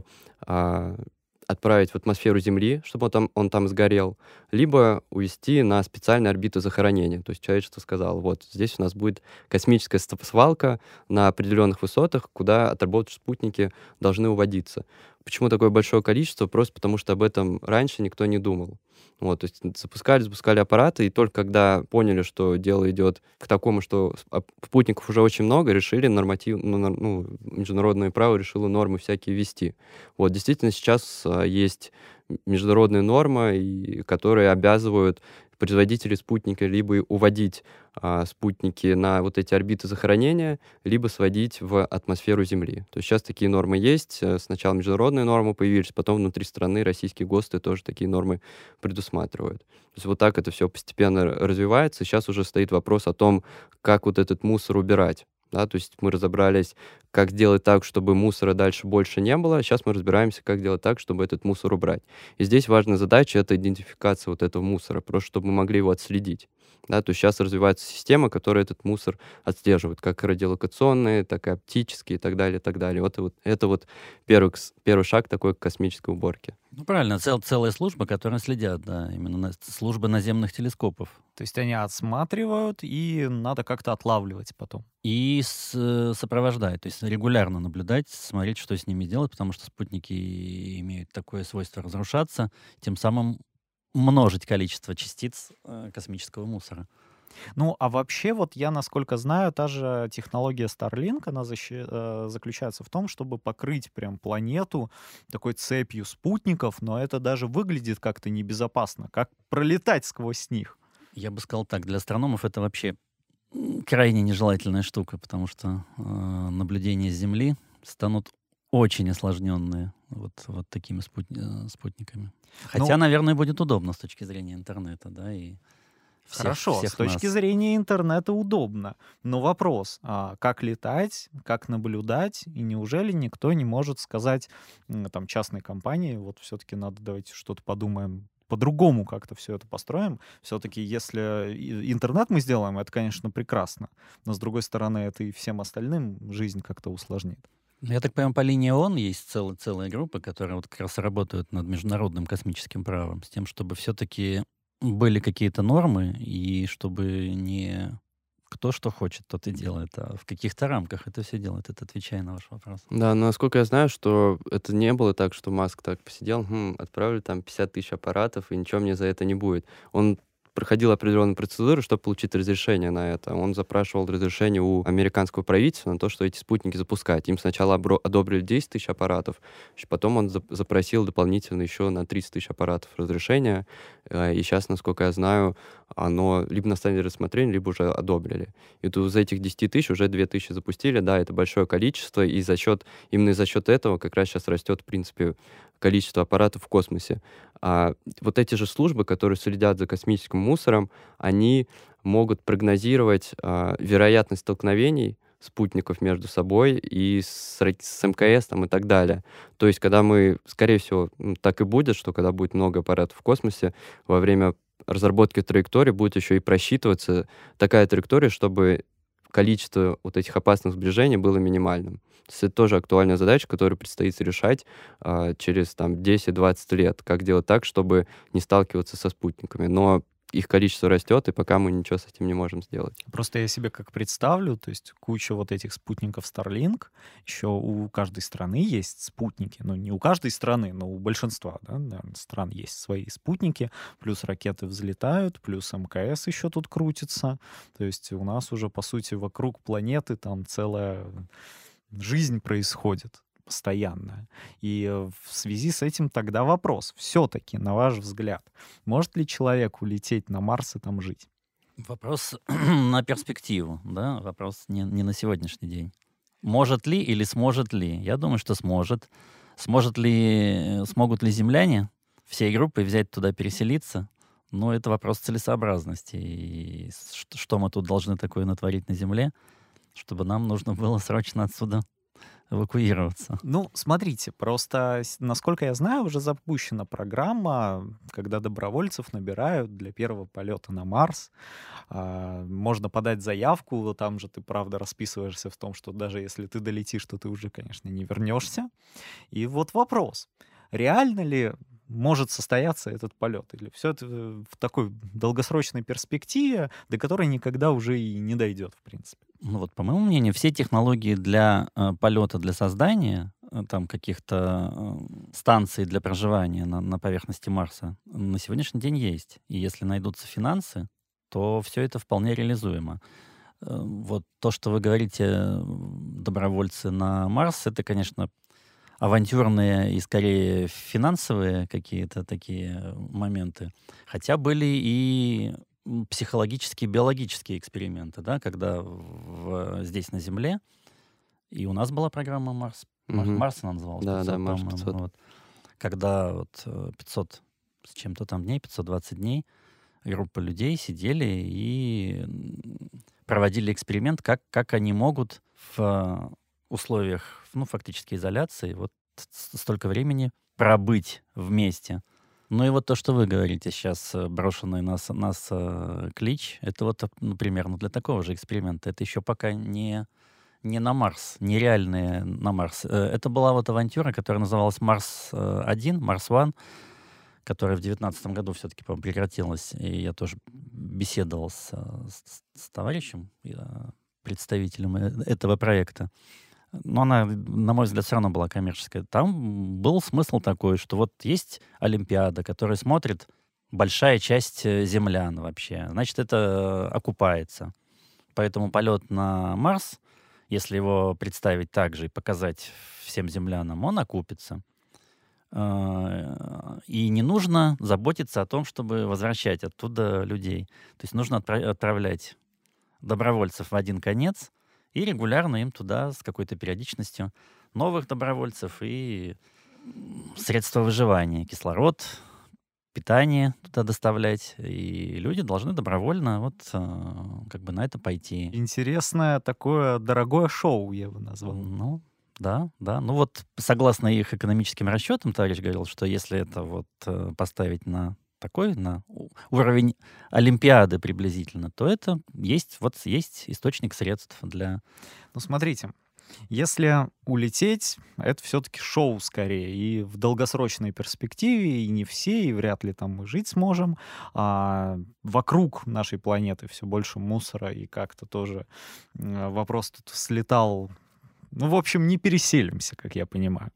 Speaker 2: а, отправить в атмосферу Земли, чтобы он там, он там сгорел, либо увезти на специальные орбиты захоронения. То есть человечество сказало, вот здесь у нас будет космическая ст- свалка на определенных высотах, куда отработавшие спутники должны уводиться. Почему такое большое количество? Просто потому, что об этом раньше никто не думал. Вот, то есть запускали, запускали аппараты, и только когда поняли, что дело идет к такому, что с- ап- спутников уже очень много, решили норматив, ну, нор- ну, международное право решило нормы всякие ввести. Вот, действительно, сейчас а, есть м- международные нормы, и, которые обязывают производителей спутника либо уводить а, спутники на вот эти орбиты захоронения, либо сводить в атмосферу Земли. То есть сейчас такие нормы есть. Э, Сначала международные нормы появились, потом внутри страны российские ГОСТы тоже такие нормы предусматривают. То есть вот так это все постепенно р- развивается. Сейчас уже стоит вопрос о том, как вот этот мусор убирать. Да, то есть мы разобрались, как сделать так, чтобы мусора дальше больше не было. Сейчас мы разбираемся, как делать так, чтобы этот мусор убрать. И здесь важная задача — это идентификация вот этого мусора, просто чтобы мы могли его отследить. Да, то есть сейчас развивается система, которая этот мусор отслеживает, как радиолокационные, так и оптические и так далее, и так далее. Вот, и вот это вот первый, кс- первый шаг такой к космической уборке.
Speaker 3: Ну, правильно, цел, целая служба, которая следят, да, именно на, служба наземных телескопов.
Speaker 1: То есть они отсматривают, и надо как-то отлавливать потом.
Speaker 3: И с- э, сопровождать, то есть регулярно наблюдать, смотреть, что с ними делать, потому что спутники имеют такое свойство разрушаться, тем самым множить количество частиц э, космического мусора.
Speaker 1: Ну, а вообще, вот я, насколько знаю, та же технология Starlink, она защи- э, заключается в том, чтобы покрыть прям планету такой цепью спутников, но это даже выглядит как-то небезопасно. Как пролетать сквозь них?
Speaker 3: Я бы сказал так, для астрономов это вообще м, крайне нежелательная штука, потому что э, наблюдения с Земли станут очень осложненные вот, вот такими спутни- э, спутниками. Хотя,
Speaker 1: Ну,
Speaker 3: наверное, будет удобно с точки зрения интернета, да, и всех,
Speaker 1: хорошо, с
Speaker 3: всех
Speaker 1: точки
Speaker 3: нас.
Speaker 1: зрения интернета удобно. Но вопрос, а как летать, как наблюдать, и неужели никто не может сказать м, там частной компании, вот все-таки надо, давайте что-то подумаем, по-другому как-то все это построим. Все-таки если интернет мы сделаем, это, конечно, прекрасно. Но, с другой стороны, это и всем остальным жизнь как-то усложнит.
Speaker 3: Я так понимаю, по линии ООН есть целая, целая группа, которые вот как раз работают над международным космическим правом, с тем, чтобы все-таки были какие-то нормы, и чтобы не кто что хочет, тот и делает, а в каких-то рамках это все делает. Это отвечая на ваш вопрос.
Speaker 2: Да, но насколько я знаю, что это не было так, что Маск так посидел, хм, отправлю там пятьдесят тысяч аппаратов, и ничего мне за это не будет. Он проходил определенную процедуру, чтобы получить разрешение на это. Он запрашивал разрешение у американского правительства на то, что эти спутники запускать. Им сначала обро- одобрили десять тысяч аппаратов, потом он зап- запросил дополнительно еще на тридцать тысяч аппаратов разрешения. Э, И сейчас, насколько я знаю, оно либо на стадии рассмотрения, либо уже одобрили. И вот из этих десяти тысяч уже две тысячи запустили. Да, это большое количество, и за счет, именно за счет этого как раз сейчас растет, в принципе, количество аппаратов в космосе. А вот эти же службы, которые следят за космическим мусором, они могут прогнозировать а, вероятность столкновений спутников между собой и с, ра- с МКС там, и так далее. То есть, когда мы, скорее всего, м, так и будет, что когда будет много аппаратов в космосе, во время разработки траектории будет еще и просчитываться такая траектория, чтобы количество вот этих опасных сближений было минимальным. То есть это тоже актуальная задача, которую предстоит решать а, через там, десять-двадцать лет. Как делать так, чтобы не сталкиваться со спутниками. Но их количество растет, и пока мы ничего с этим не можем сделать.
Speaker 1: Просто я себе как представлю, то есть куча вот этих спутников Starlink, еще у каждой страны есть спутники, ну не у каждой страны, но у большинства, да, наверное, стран есть свои спутники, плюс ракеты взлетают, плюс МКС еще тут крутится, то есть у нас уже, по сути, вокруг планеты там целая жизнь происходит постоянная. И э, в связи с этим тогда вопрос, все-таки, на ваш взгляд, может ли человек улететь на Марс и там жить?
Speaker 3: Вопрос на перспективу, да, вопрос не, не на сегодняшний день. Может ли или сможет ли? Я думаю, что сможет. Сможет ли, смогут ли земляне всей группой взять туда, переселиться? Ну, это вопрос целесообразности. И что, что мы тут должны такое натворить на Земле, чтобы нам нужно было срочно отсюда эвакуироваться?
Speaker 1: Ну, смотрите, просто, с- насколько я знаю, уже запущена программа, когда добровольцев набирают для первого полета на Марс. А, можно подать заявку, вот там же ты, правда, расписываешься в том, что даже если ты долетишь, то ты уже, конечно, не вернешься. И вот вопрос, реально ли может состояться этот полет? Или все это э, в такой долгосрочной перспективе, до которой никогда уже и не дойдет, в принципе?
Speaker 3: Ну вот, по моему мнению, все технологии для э, полета, для создания э, там каких-то э, станций для проживания на, на поверхности Марса на сегодняшний день есть. И если найдутся финансы, то все это вполне реализуемо. Э, вот то, что вы говорите, э, добровольцы на Марс, это, конечно, авантюрные и скорее финансовые какие-то такие моменты. Хотя были и м, психологические, биологические эксперименты, да, когда в- здесь на Земле, и у нас была программа Марс, Мар-
Speaker 2: Мгм.
Speaker 3: Марс она называлась,
Speaker 2: Да, да,
Speaker 3: пятьсот,
Speaker 2: Марс
Speaker 3: по-моему,
Speaker 2: пятьсот.
Speaker 3: вот. Когда вот э, пятьсот с чем-то там дней, пятьсот двадцать дней, группа людей сидели и м, проводили эксперимент, как, как они могут в э, условиях, ну, фактически изоляции, вот с- столько времени пробыть вместе. Ну и вот то, что вы говорите сейчас, э, брошенный нас, нас э, клич, это вот, э, ну, примерно для такого же эксперимента. Это еще пока не, не на Марс, нереальные на Марс. Э, Это была вот авантюра, которая называлась Марс-один, Марс-один, которая в девятнадцатом году все-таки, по-моему, прекратилась. И я тоже беседовал с, э, с- с товарищем, э, представителем э, этого проекта. Но она, на мой взгляд, все равно была коммерческая. Там был смысл такой, что вот есть Олимпиада, которая смотрит большая часть э, землян вообще. Значит, это э, окупается. Поэтому полет на Марс, если его представить так же и показать всем землянам, он окупится. Э, И не нужно заботиться о том, чтобы возвращать оттуда людей. То есть нужно отпра- отправлять добровольцев в один конец и регулярно им туда с какой-то периодичностью новых добровольцев и м, средства выживания, кислород, питание туда доставлять. И люди должны добровольно вот э, как бы на это пойти.
Speaker 1: Интересное такое дорогое шоу, я бы назвал.
Speaker 3: Ну, да, да. Ну вот согласно их экономическим расчетам, товарищ говорил, что если это вот э, поставить на такой, на уровень Олимпиады приблизительно, то это есть, вот есть источник средств для...
Speaker 1: Ну, смотрите, если улететь, это все-таки шоу скорее. И в долгосрочной перспективе, и не все, и вряд ли там мы жить сможем. А вокруг нашей планеты все больше мусора, и как-то тоже вопрос тут слетал. Ну, в общем, не переселимся, как я понимаю.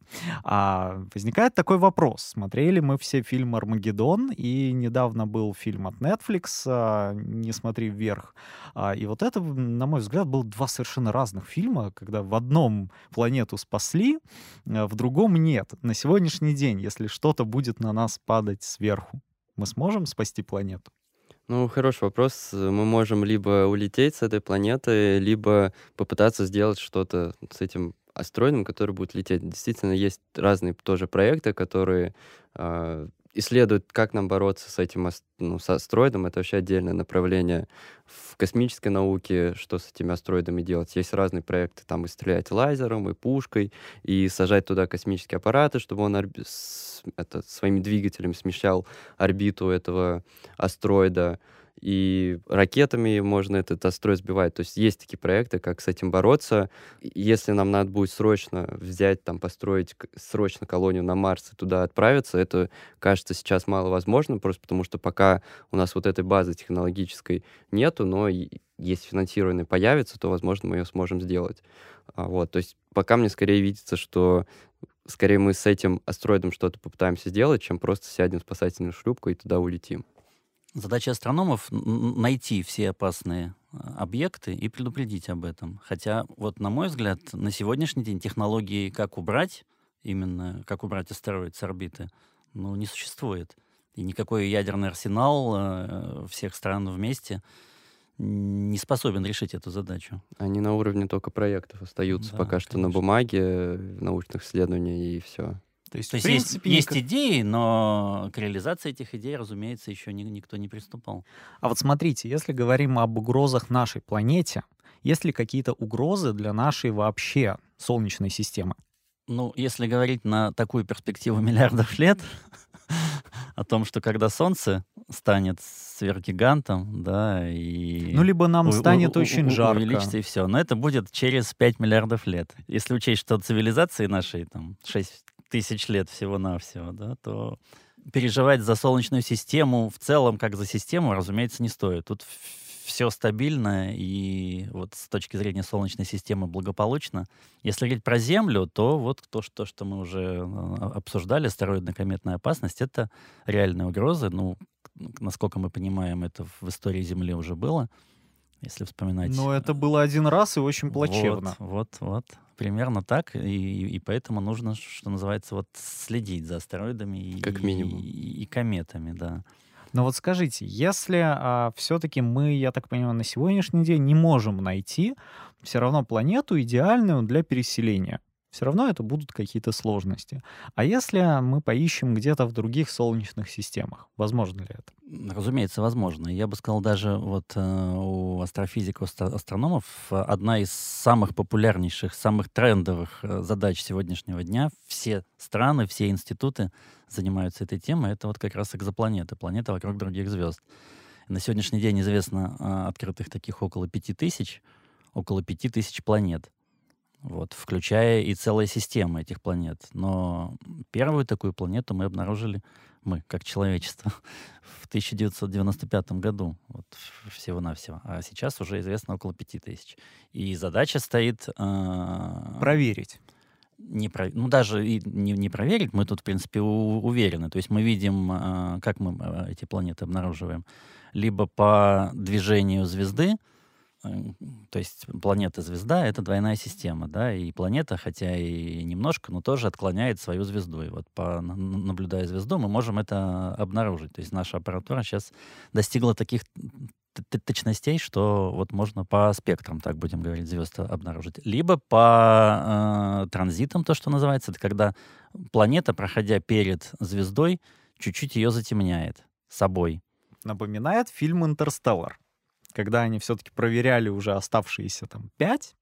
Speaker 1: А возникает такой вопрос. Смотрели мы все фильм «Армагеддон», и недавно был фильм от Netflix «Не смотри вверх». И вот это, на мой взгляд, было два совершенно разных фильма, когда в одном планету спасли, в другом нет. На сегодняшний день, если что-то будет на нас падать сверху, мы сможем спасти планету?
Speaker 2: Ну, хороший вопрос. Мы можем либо улететь с этой планеты, либо попытаться сделать что-то с этим астероидом, который будет лететь. Действительно, есть разные тоже проекты, которые э, исследуют, как нам бороться с этим ас- ну, с астероидом. Это вообще отдельное направление в космической науке, что с этими астероидами делать. Есть разные проекты, там и стрелять лазером, и пушкой, и сажать туда космические аппараты, чтобы он орби- с- это, своими двигателями смещал орбиту этого астероида. И ракетами можно этот астероид сбивать. То есть есть такие проекты, как с этим бороться. И Если нам надо будет срочно взять, там, построить к- срочно колонию на Марс и туда отправиться, это кажется сейчас маловозможно, просто потому что пока у нас вот этой базы технологической нету, но и если финансирование появится, то, возможно, мы ее сможем сделать. А, Вот, то есть пока мне скорее видится, что скорее мы с этим астероидом что-то попытаемся сделать, чем просто сядем в спасательную шлюпку и туда улетим.
Speaker 3: Задача астрономов — н- н- найти все опасные а, объекты и предупредить об этом. Хотя, вот на мой взгляд, на сегодняшний день технологии, как убрать, именно как убрать астероид с орбиты, ну, не существует. И никакой ядерный арсенал э, всех стран вместе не способен решить эту задачу.
Speaker 2: Они на уровне только проектов остаются
Speaker 3: Да,
Speaker 2: пока что на
Speaker 3: конечно.
Speaker 2: бумаге, научных исследований и все.
Speaker 1: То есть,
Speaker 3: То
Speaker 1: в
Speaker 3: есть есть,
Speaker 1: принципе,
Speaker 3: есть
Speaker 1: никак-
Speaker 3: идеи, но к реализации этих идей, разумеется, еще ни- никто не приступал.
Speaker 1: А вот смотрите, если говорим об угрозах нашей планете, есть ли какие-то угрозы для нашей вообще Солнечной системы?
Speaker 3: Ну, если говорить на такую перспективу миллиардов лет, о том, что когда Солнце станет сверхгигантом, да, и
Speaker 1: Ну, либо нам
Speaker 3: у- у-
Speaker 1: станет
Speaker 3: у-
Speaker 1: очень
Speaker 3: у-
Speaker 1: жарко.
Speaker 3: увеличится и все. Но это будет через пять миллиардов лет. Если учесть, что цивилизации нашей там шесть тысяч лет всего-навсего, да, то переживать за Солнечную систему в целом, как за систему, разумеется, не стоит. Тут все стабильно и вот с точки зрения Солнечной системы благополучно. Если говорить про Землю, то вот то, что, что мы уже э, обсуждали, астероидно-кометная опасность, это реальная угроза. Ну, к- насколько мы понимаем, это в истории Земли уже было, если вспоминать.
Speaker 1: Но это было один раз и очень
Speaker 3: Вот,
Speaker 1: плачевно.
Speaker 3: вот, вот. Примерно так. И, и поэтому нужно, что называется, вот следить за астероидами и,
Speaker 2: Как минимум.
Speaker 3: и, и кометами, да.
Speaker 1: Но вот скажите, если все-таки мы, я так понимаю, на сегодняшний день не можем найти все равно планету идеальную для переселения, все равно это будут какие-то сложности. А если мы поищем где-то в других солнечных системах, возможно ли это?
Speaker 3: Разумеется, возможно. Я бы сказал, даже вот э, у астрофизиков, астро- астрономов э, одна из самых популярнейших, самых трендовых э, задач сегодняшнего дня. Все страны, все институты занимаются этой темой. Это вот как раз экзопланеты, планеты вокруг других звезд. На сегодняшний день известно э, открытых таких около пяти тысяч, около пяти тысяч планет. Вот, включая и целая система этих планет. Но первую такую планету мы обнаружили, мы, как человечество, в тысяча девятьсот девяносто пятом году. Вот, в- всего-навсего. А сейчас уже известно около пяти тысяч. И задача стоит... э,
Speaker 1: Проверить.
Speaker 3: не про- ну, даже и не, не проверить, мы тут, в принципе, у- уверены. То есть мы видим, э, как мы э, эти планеты обнаруживаем. Либо по движению звезды, э, то есть планета-звезда — это двойная система, да, и планета, хотя и немножко, но тоже отклоняет свою звезду. И вот по, на- на- наблюдая звезду, мы можем это обнаружить. То есть наша аппаратура сейчас достигла таких т- т- точностей, что вот можно по спектрам, так будем говорить, звезд обнаружить. Либо по э, транзитам, то, что называется, это когда планета, проходя перед звездой, чуть-чуть ее затемняет собой.
Speaker 1: Напоминает фильм «Интерстеллар», когда они все-таки проверяли уже оставшиеся там пять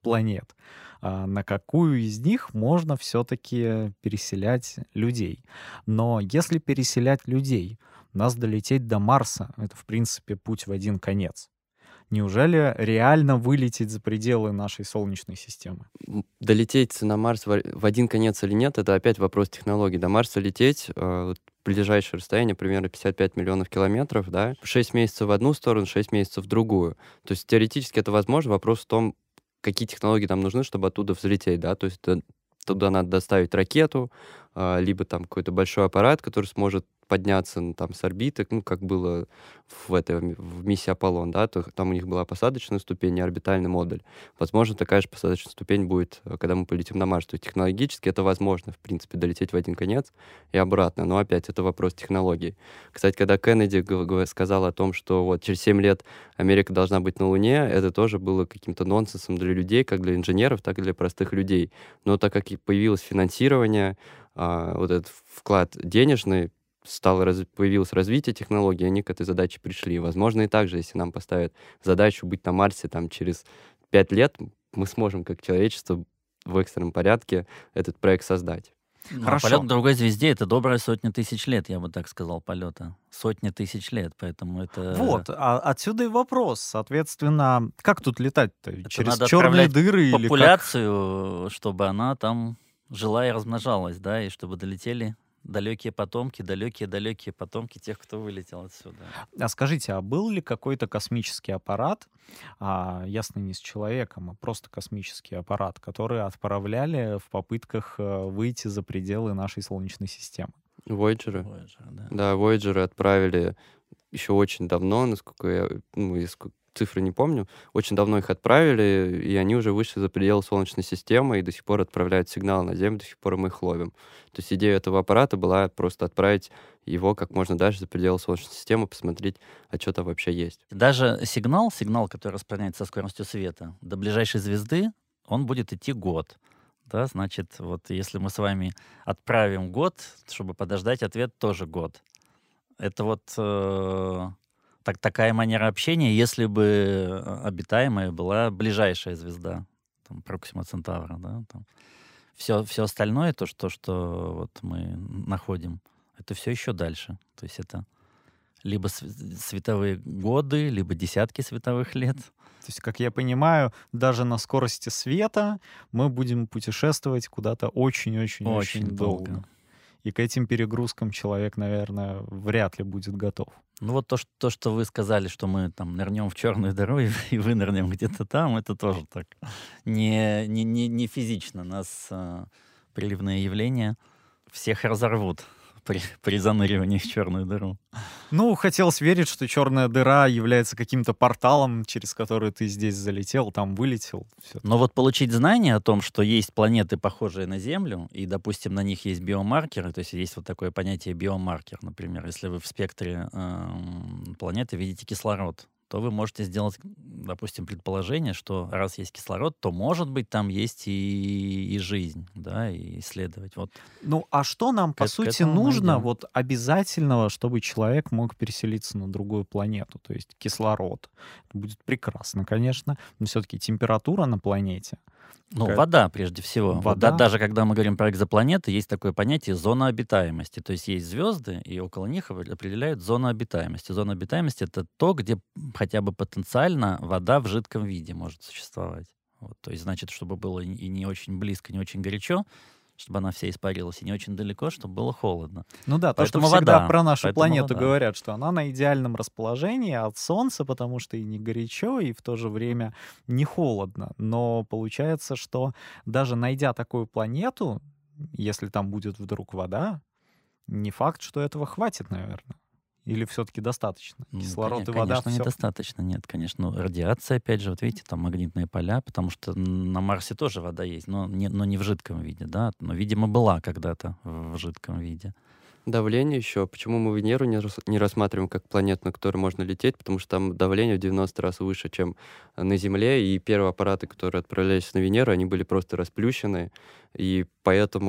Speaker 1: планет, а на какую из них можно все-таки переселять людей. Но если переселять людей, нас долететь до Марса — это, в принципе, путь в один конец. Неужели реально вылететь за пределы нашей Солнечной системы?
Speaker 2: М, Долететь на Марс в в один конец или нет, это опять вопрос технологий. До Марса лететь, э, вот ближайшее расстояние примерно пятьдесят пять миллионов километров, да, шесть месяцев в одну сторону, шесть месяцев в другую. То есть теоретически это возможно. Вопрос в том, какие технологии нам нужны, чтобы оттуда взлететь, да. То есть это- туда надо доставить ракету, а, либо там какой-то большой аппарат, который сможет подняться, ну, там, с орбиты, ну, как было в этой м- в миссии Аполлон, да, то там у них была посадочная ступень и орбитальный модуль. Возможно, такая же посадочная ступень будет, э, когда мы полетим на Марс. То есть технологически это возможно, в принципе, долететь в один конец и обратно. Но опять, это вопрос технологий. Кстати, когда Кеннеди г- г- сказал о том, что вот через семь лет Америка должна быть на Луне, это тоже было каким-то нонсенсом для людей, как для инженеров, так и для простых людей. Но так как и появилось финансирование, а, вот этот вклад денежный, стало раз- появилось развитие технологий, они к этой задаче пришли. Возможно, и так же, если нам поставят задачу быть на Марсе там, через пять лет, мы сможем, как человечество, в экстренном порядке этот проект создать.
Speaker 3: Ну, а
Speaker 1: Хорошо.
Speaker 3: полет к другой звезде — это добрая сотня тысяч лет, я бы так сказал, полета. Сотня тысяч лет, поэтому это...
Speaker 1: Вот, а отсюда и вопрос. Соответственно, как тут летать-то?
Speaker 3: Это
Speaker 1: Через
Speaker 3: надо
Speaker 1: черные
Speaker 3: отправлять
Speaker 1: дыры или как?
Speaker 3: популяцию, чтобы она там жила и размножалась, да, и чтобы долетели далекие потомки, далекие-далекие потомки тех, кто вылетел отсюда.
Speaker 1: А скажите, а был ли какой-то космический аппарат, а, ясно, не с человеком, а просто космический аппарат, который отправляли в попытках э, выйти за пределы нашей Солнечной системы?
Speaker 2: Voyager.
Speaker 3: Voyager, да.
Speaker 2: Да, Voyager отправили еще очень давно, насколько я, ну, я ск- цифры не помню, очень давно их отправили, и они уже вышли за пределы Солнечной системы и до сих пор отправляют сигналы на Землю, до сих пор мы их ловим. То есть идея этого аппарата была просто отправить его как можно дальше за пределы Солнечной системы, посмотреть, а что там вообще есть.
Speaker 3: Даже сигнал, сигнал, который распространяется со скоростью света, до ближайшей звезды, он будет идти год. Да, значит, вот если мы с вами отправим год, чтобы подождать ответ, тоже год. Это вот э, так, такая манера общения, если бы э, обитаемая была ближайшая звезда, там, Проксима Центавра, да, там. Все, все остальное, то, что, что вот мы находим, это все еще дальше. То есть это либо св- световые годы, либо десятки световых лет.
Speaker 1: То есть, как я понимаю, даже на скорости света мы будем путешествовать куда-то очень-очень-очень
Speaker 3: Очень
Speaker 1: долго.
Speaker 3: долго.
Speaker 1: И к этим перегрузкам человек, наверное, вряд ли будет готов.
Speaker 3: Ну вот то, что, то, что вы сказали, что мы там нырнем в черную дыру и, и вынырнем где-то там, это тоже так не, не, не, не физично. Нас а, приливные явления всех разорвут при, при заныривании в черную дыру.
Speaker 1: Ну, хотелось верить, что черная дыра является каким-то порталом, через который ты здесь залетел, там вылетел. Всё.
Speaker 3: Но вот получить знание о том, что есть планеты, похожие на Землю, и, допустим, на них есть биомаркеры, то есть есть вот такое понятие биомаркер, например, если вы в спектре эм, планеты видите кислород, то вы можете сделать, допустим, предположение, что раз есть кислород, то, может быть, там есть и, и жизнь, да, и исследовать. Вот.
Speaker 1: Ну, а что нам, по
Speaker 3: К- к
Speaker 1: сути,
Speaker 3: этому мы
Speaker 1: нужно
Speaker 3: идем.
Speaker 1: вот обязательного, чтобы человек мог переселиться на другую планету? То есть кислород. Это будет прекрасно, конечно, но все-таки температура на планете.
Speaker 3: Ну,
Speaker 1: Как-
Speaker 3: вода, прежде всего. Вот
Speaker 1: Вода?
Speaker 3: да- даже когда мы говорим про экзопланеты, есть такое понятие зона обитаемости. То есть есть звезды, и около них опре- определяют зону обитаемости. Зона обитаемости — это то, где хотя бы потенциально вода в жидком виде может существовать. Вот, то есть, значит, чтобы было и и не очень близко, не очень горячо, чтобы она вся испарилась, и не очень далеко, чтобы было холодно.
Speaker 1: Ну да, то, что
Speaker 3: Поэтому
Speaker 1: всегда
Speaker 3: вода.
Speaker 1: про нашу
Speaker 3: Поэтому
Speaker 1: планету
Speaker 3: вода.
Speaker 1: говорят, что она на идеальном расположении от Солнца, потому что и не горячо, и в то же время не холодно. Но получается, что даже найдя такую планету, если там будет вдруг вода, не факт, что этого хватит, наверное. Или все-таки достаточно?
Speaker 3: Ну,
Speaker 1: Кислород
Speaker 3: коне-
Speaker 1: и вода
Speaker 3: конечно,
Speaker 1: все.
Speaker 3: недостаточно. Нет, конечно. Ну, радиация, опять же, вот видите, там магнитные поля, потому что на Марсе тоже вода есть, но не, но не в жидком виде, да. Но, видимо, была когда-то в жидком виде.
Speaker 2: Давление еще. Почему мы Венеру не, рас- не рассматриваем как планету, на которой можно лететь? Потому что там давление в девяносто раз выше, чем на Земле. И первые аппараты, которые отправлялись на Венеру, они были просто расплющены. И поэтому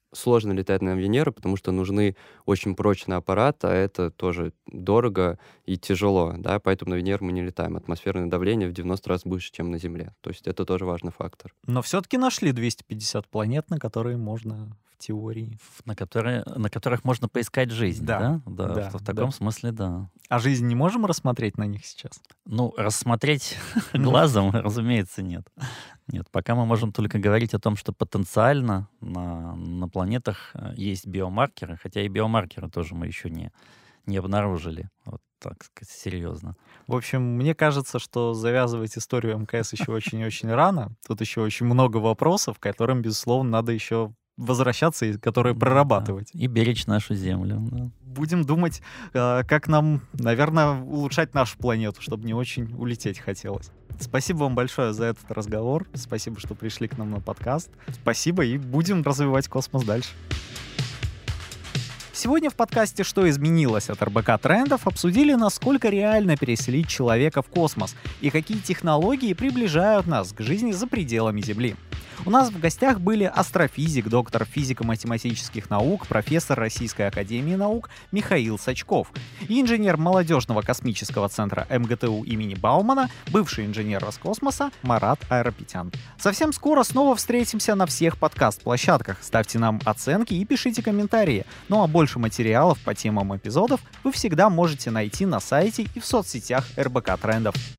Speaker 2: сложно летать на Венеру, потому что нужны очень прочный аппарат, а это тоже дорого и тяжело, да, поэтому на Венеру мы не летаем. Атмосферное давление в девяносто раз выше, чем на Земле. То есть это тоже важный фактор.
Speaker 1: Но все-таки нашли двести пятьдесят планет, на которые можно в теории.
Speaker 3: На, которые, на которых можно поискать жизнь,
Speaker 1: Да,
Speaker 3: да? Да,
Speaker 1: да,
Speaker 3: в, в таком
Speaker 1: да.
Speaker 3: смысле, да.
Speaker 1: А жизнь не можем рассмотреть на них сейчас?
Speaker 3: Ну, рассмотреть глазом, разумеется, нет. Нет, пока мы можем только говорить о том, что потенциально на, на планетах э, есть биомаркеры, хотя и биомаркеры тоже мы еще не, не обнаружили, вот так сказать, серьезно.
Speaker 1: В общем, мне кажется, что завязывать историю МКС еще очень-очень рано. Тут еще очень много вопросов, к которым, безусловно, надо еще возвращаться и которые прорабатывать.
Speaker 3: Да. И беречь нашу Землю. Да.
Speaker 1: Будем думать, э, как нам, наверное, улучшать нашу планету, чтобы не очень улететь хотелось. Спасибо вам большое за этот разговор. Спасибо, что пришли к нам на подкаст. Спасибо, и будем развивать космос дальше. Сегодня в подкасте «Что изменилось» от эр бэ ка Трендов обсудили, насколько реально переселить человека в космос и какие технологии приближают нас к жизни за пределами Земли. У нас в гостях были астрофизик, доктор физико-математических наук, профессор Российской академии наук Михаил Сачков и инженер молодежного космического центра эм гэ тэ у имени Баумана, бывший инженер Роскосмоса Марат Айрапетян. Совсем скоро снова встретимся на всех подкаст-площадках. Ставьте нам оценки и пишите комментарии. Ну а больше материалов по темам эпизодов вы всегда можете найти на сайте и в соцсетях эр бэ ка Трендов.